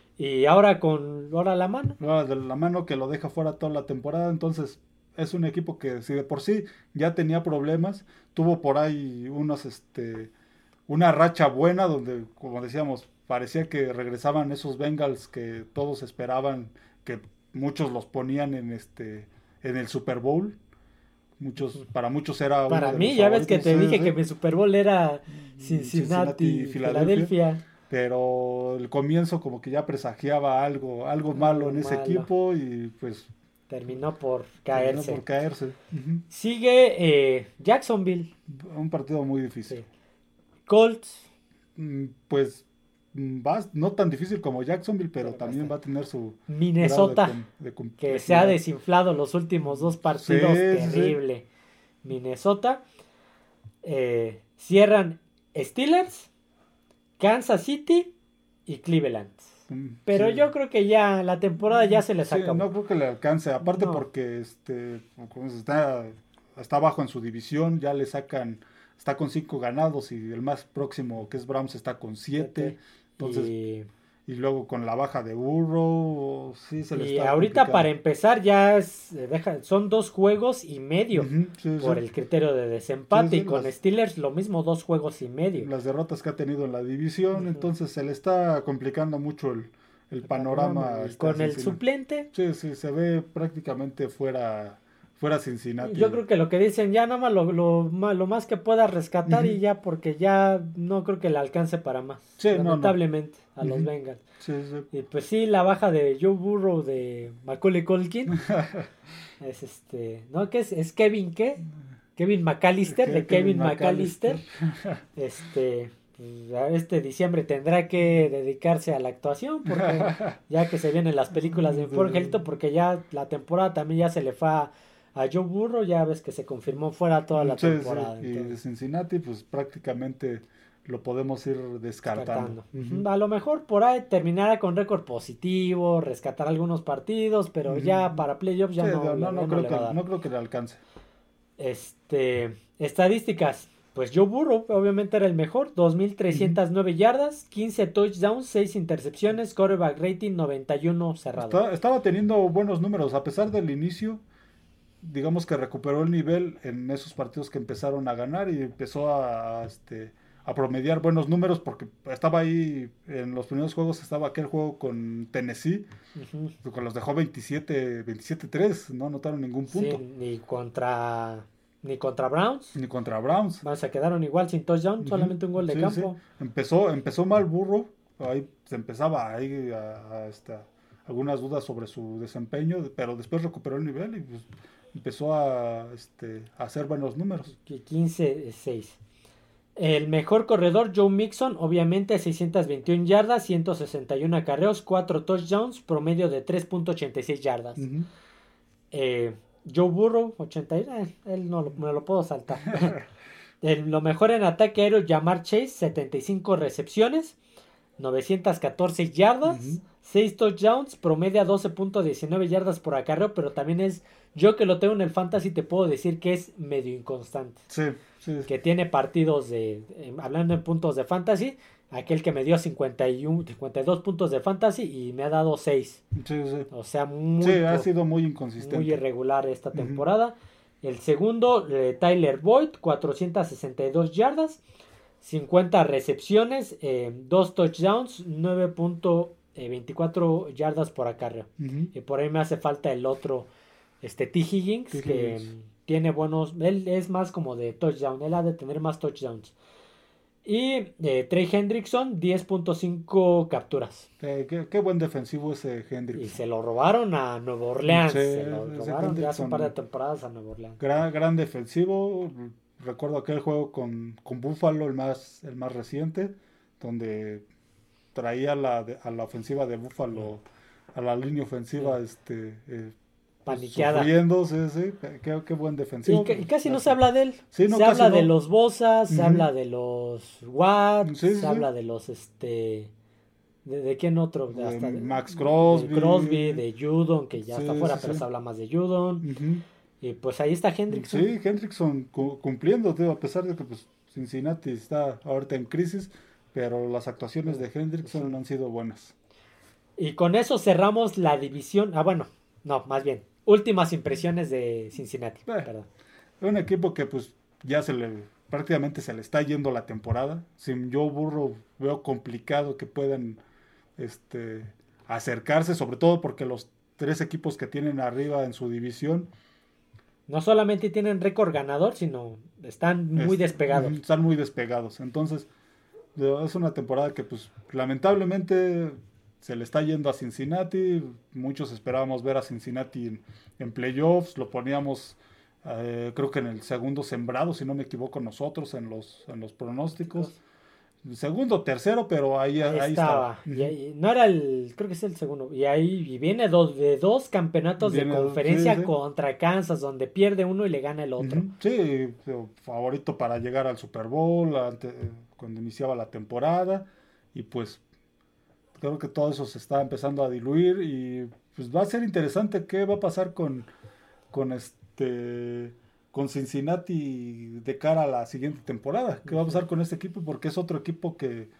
Y ahora con ahora la mano. No, de la mano que lo deja fuera toda la temporada, entonces es un equipo que si de por sí ya tenía problemas, tuvo por ahí unos, este, una racha buena donde, como decíamos, parecía que regresaban esos Bengals que todos esperaban, que muchos los ponían en este, en el Super Bowl. Muchos, para muchos era uno Para de mí, los ya ves que favoritos, te sí, dije sí. que mi Super Bowl era Cincinnati, Cincinnati, Filadelfia. Filadelfia. Pero el comienzo como que ya presagiaba algo, algo malo Algo en ese malo. equipo y pues Terminó por terminó caerse. por caerse. Ujú. Sigue eh, Jacksonville. Un partido muy difícil. Sí. Colts. Mm, Pues mm, va, no tan difícil como Jacksonville, pero Pero también basta. va a tener su Minnesota. grado de, com- de Que complejidad. se ha desinflado los últimos dos partidos. Sí, sí, sí. Terrible. Minnesota. Eh, cierran Steelers, Kansas City y Cleveland. Mm, Pero sí. yo creo que ya la temporada ya se les Sí, acabó. no creo que le alcance, aparte No. porque este como se está, está abajo en su división, ya le sacan, está con cinco ganados y el más próximo que es Browns está con siete, entonces y y luego con la baja de Burrow, sí se le y está ahorita complicando. para empezar ya es, eh, deja, son dos juegos y medio Ujú, sí, por sí. el criterio de desempate. Sí, sí, y con las- Steelers lo mismo, dos juegos y medio. Las derrotas que ha tenido en la división, Ujú. entonces se le está complicando mucho el, el panorama. Y este, con a el Cincinnati. suplente, Sí, sí, se ve prácticamente fuera, fuera Cincinnati. yo creo que lo que dicen ya nada más lo, lo, ma- lo más que pueda rescatar Ujú. y ya, porque ya no creo que le alcance para más. Sí, no, no. lamentablemente a los Ujú. Bengals. Sí, sí. Y pues sí, la baja de Joe Burrow de Macaulay Culkin es este, ¿no? ¿Qué es? ¿Es Kevin qué? Kevin McAllister, de Kevin McAllister. Este, pues, ya este diciembre tendrá que dedicarse a la actuación, porque ya que se vienen las películas de Ford Angelito, porque ya la temporada también ya se le fue a, a Joe Burrow, ya ves que se confirmó fuera toda la Sí, sí, temporada. Y de entonces, Cincinnati, pues prácticamente lo podemos ir descartando. descartando. Ujú. A lo mejor por ahí terminará con récord positivo, rescatar algunos partidos, pero Ujú. ya para playoffs ya Sí, no, no, le- no, no ya no creo le que, va a dar. no creo que le alcance. Este, estadísticas. Pues Joe Burrow obviamente era el mejor, dos mil trescientas nueve uh-huh. yardas, quince touchdowns, seis intercepciones, quarterback rating noventa y uno cerrado. Está, estaba teniendo buenos números a pesar del inicio. Digamos que recuperó el nivel en esos partidos que empezaron a ganar y empezó a, a, este, a promediar buenos números porque estaba ahí en los primeros juegos, estaba aquel juego con Tennessee, uh-huh. que los dejó veintisiete tres, no anotaron ningún punto. Sí, ni contra ni contra Browns. Ni contra Browns. Bueno, se quedaron igual sin touchdown, uh-huh. solamente un gol de sí, campo. Sí. Empezó, empezó mal Burrow, ahí se empezaba ahí a, a esta, algunas dudas sobre su desempeño, pero después recuperó el nivel y pues, empezó a, este, a hacer buenos números. quince seis. El mejor corredor, Joe Mixon, obviamente seiscientas veintiuna yardas, ciento sesenta y uno acarreos, cuatro touchdowns, promedio de tres punto ochenta y seis yardas. Uh-huh. Eh, Joe Burrow, ochenta, eh, él no lo, me lo puedo saltar. el, lo mejor en ataque aéreo, Ja'Marr Chase, setenta y cinco recepciones, novecientas catorce yardas, uh-huh. seis touchdowns, promedia doce punto diecinueve yardas por acarreo, pero también es, yo que lo tengo en el fantasy te puedo decir que es medio inconstante. Sí, sí. Que tiene partidos de, eh, hablando en puntos de fantasy, aquel que me dio cincuenta y uno, cincuenta y dos puntos de fantasy y me ha dado seis. Sí, sí. O sea, muy, sí, ha sido muy inconsistente. Muy irregular esta temporada. Uh-huh. El segundo, eh, Tyler Boyd, cuatrocientas sesenta y dos yardas, cincuenta recepciones, eh, dos touchdowns, nueve punto veinticuatro yardas por acarreo. Uh-huh. Y por ahí me hace falta el otro, este T. Higgins, T. que Higgins. tiene buenos, él es más como de touchdown, él ha de tener más touchdowns. Y eh, Trey Hendrickson, diez punto cinco capturas. Eh, qué, qué buen defensivo ese Hendrickson. Y se lo robaron a Nueva Orleans. Sí, se lo robaron ya hace un par de temporadas a Nueva Orleans. Gran, gran defensivo. Recuerdo aquel juego con, con Buffalo, el más, el más reciente, donde traía la, a la ofensiva de Buffalo, a la línea ofensiva, sí. este... Eh, paniqueada. Sufriendo, sí, sí, qué, qué buen defensivo. Y, y casi no se habla de él. Sí, no, se habla no. de los Bosa, se uh-huh. habla de los Watt, sí, se sí. habla de los este de, de quién otro, de, de hasta de, Max Crosby, de Crosby, de Judon, que ya sí, está fuera, sí, pero sí. se habla más de Judon. Uh-huh. Y pues ahí está Hendrickson. Sí, Hendrickson cu- cumpliendo, tío, a pesar de que pues Cincinnati está ahorita en crisis, pero las actuaciones de Hendrickson sí. han sido buenas. Y con eso cerramos la división. Ah, bueno, no, más bien. Últimas impresiones de Cincinnati. Eh, Perdón. Un equipo que pues ya se le prácticamente se le está yendo la temporada. Sin Joe Burrow veo complicado que puedan este, acercarse, sobre todo porque los tres equipos que tienen arriba en su división no solamente tienen récord ganador, sino están muy es, despegados. Están muy despegados. Entonces es una temporada que pues lamentablemente se le está yendo a Cincinnati. Muchos esperábamos ver a Cincinnati en, en playoffs. Lo poníamos, eh, creo que en el segundo sembrado, si no me equivoco, nosotros en los, en los pronósticos. Segundo, tercero, pero ahí, ahí, ahí estaba. estaba. Y ahí, no era el, creo que es el segundo. Y ahí y viene dos, de dos campeonatos viene, de conferencia sí, sí. contra Kansas, donde pierde uno y le gana el otro. Uh-huh. Sí, favorito para llegar al Super Bowl ante, cuando iniciaba la temporada. Y pues creo que todo eso se está empezando a diluir y pues va a ser interesante qué va a pasar con, con este con Cincinnati de cara a la siguiente temporada. ¿Qué va a pasar con este equipo? Porque es otro equipo que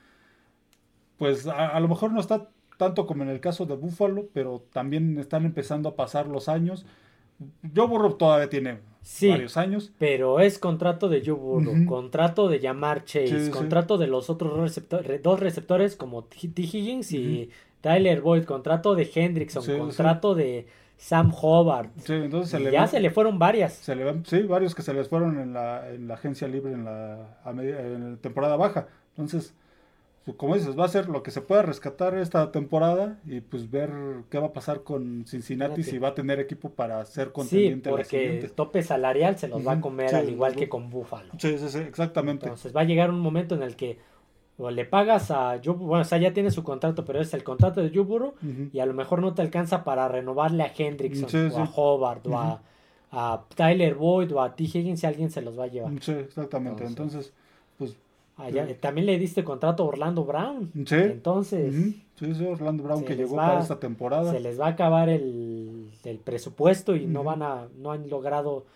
pues a, a lo mejor no está tanto como en el caso de Buffalo, pero también están empezando a pasar los años. Joe Burrow todavía tiene sí, varios años. Pero es contrato de Joe Burrow, uh-huh. contrato de Ja'Marr Chase, sí, contrato sí. de los otros receptor- dos receptores como T. Higgins uh-huh. y Tyler Boyd, contrato de Hendrickson, sí, contrato sí. de Sam Hubbard. Sí, entonces se le ya van, se le fueron varias. Se le van, sí, varios que se les fueron en la, en la agencia libre en la, a media, en la temporada baja. Entonces, como dices, va a ser lo que se pueda rescatar esta temporada y pues ver qué va a pasar con Cincinnati, Cincinnati. si va a tener equipo para ser contendiente. Sí, porque el tope salarial se los uh-huh. va a comer sí, al igual que con Buffalo. Sí, sí, sí, exactamente. Entonces va a llegar un momento en el que o le pagas a Joe, bueno, o sea, ya tiene su contrato, pero es el contrato de Joe Burrow uh-huh. y a lo mejor no te alcanza para renovarle a Hendrickson sí, o sí. a Hubbard uh-huh. o a, a Tyler Boyd o a T. Higgins si alguien se los va a llevar. Sí, exactamente. Entonces, Entonces pues Ah, ya, también le diste contrato a Orlando Brown. Sí. Entonces. Uh-huh. Sí, sí, Orlando Brown que llegó va, para esta temporada. Se les va a acabar el, el presupuesto y uh-huh. no van a, no han logrado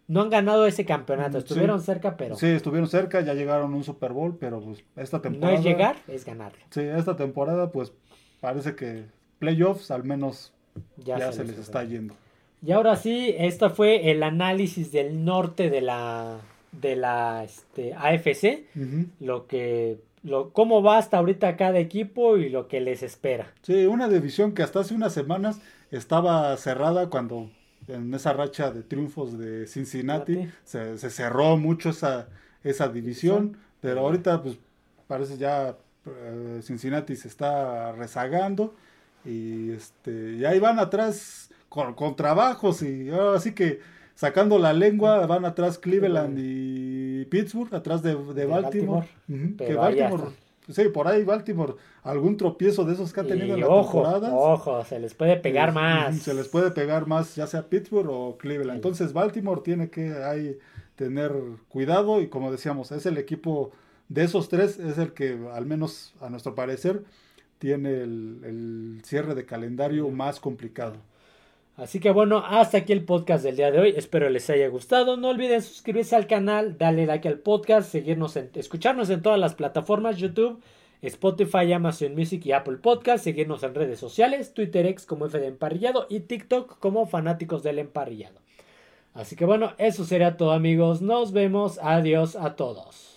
no han ganado ese campeonato. Mm, Estuvieron sí. cerca, pero Sí, estuvieron cerca, ya llegaron a un Super Bowl, pero pues esta no temporada... es llegar, es ganarlo. Sí, esta temporada pues parece que playoffs al menos Ya, ya se se les les está fue. yendo. Y ahora sí, esto fue el análisis del norte de la de la este, A F C, Ujú. lo que lo cómo va hasta ahorita cada equipo y lo que les espera. Sí, una división que hasta hace unas semanas estaba cerrada cuando en esa racha de triunfos de Cincinnati Cincinnati, se, se cerró mucho esa, esa división, división, pero pero ya. ahorita pues parece ya eh, Cincinnati se está rezagando y este y ahí van atrás con, con trabajos y ahora sí que sacando la lengua van atrás Cleveland y Pittsburgh atrás de, de De Baltimore. Baltimore, Ujú, que pero ahí ya Baltimore, están. sí, por ahí Baltimore, algún tropiezo de esos que ha tenido en Y la ojo, temporada, ojo, se les puede pegar es- ujú, se les más. puede pegar más, ya sea Pittsburgh o Cleveland. El- Entonces Baltimore tiene que ahí tener cuidado y como decíamos, es el equipo de esos tres, es el que al menos a nuestro parecer tiene el, el cierre de calendario más complicado. Así que bueno, hasta aquí el podcast del día de hoy. Espero les haya gustado. No olviden suscribirse al canal, darle like al podcast, seguirnos en, escucharnos en todas las plataformas, YouTube, Spotify, Amazon Music y Apple Podcast, seguirnos en redes sociales, Twitter X como F de Emparrillado y TikTok como Fanáticos del Emparrillado. Así que bueno, eso sería todo amigos. Nos vemos. Adiós a todos.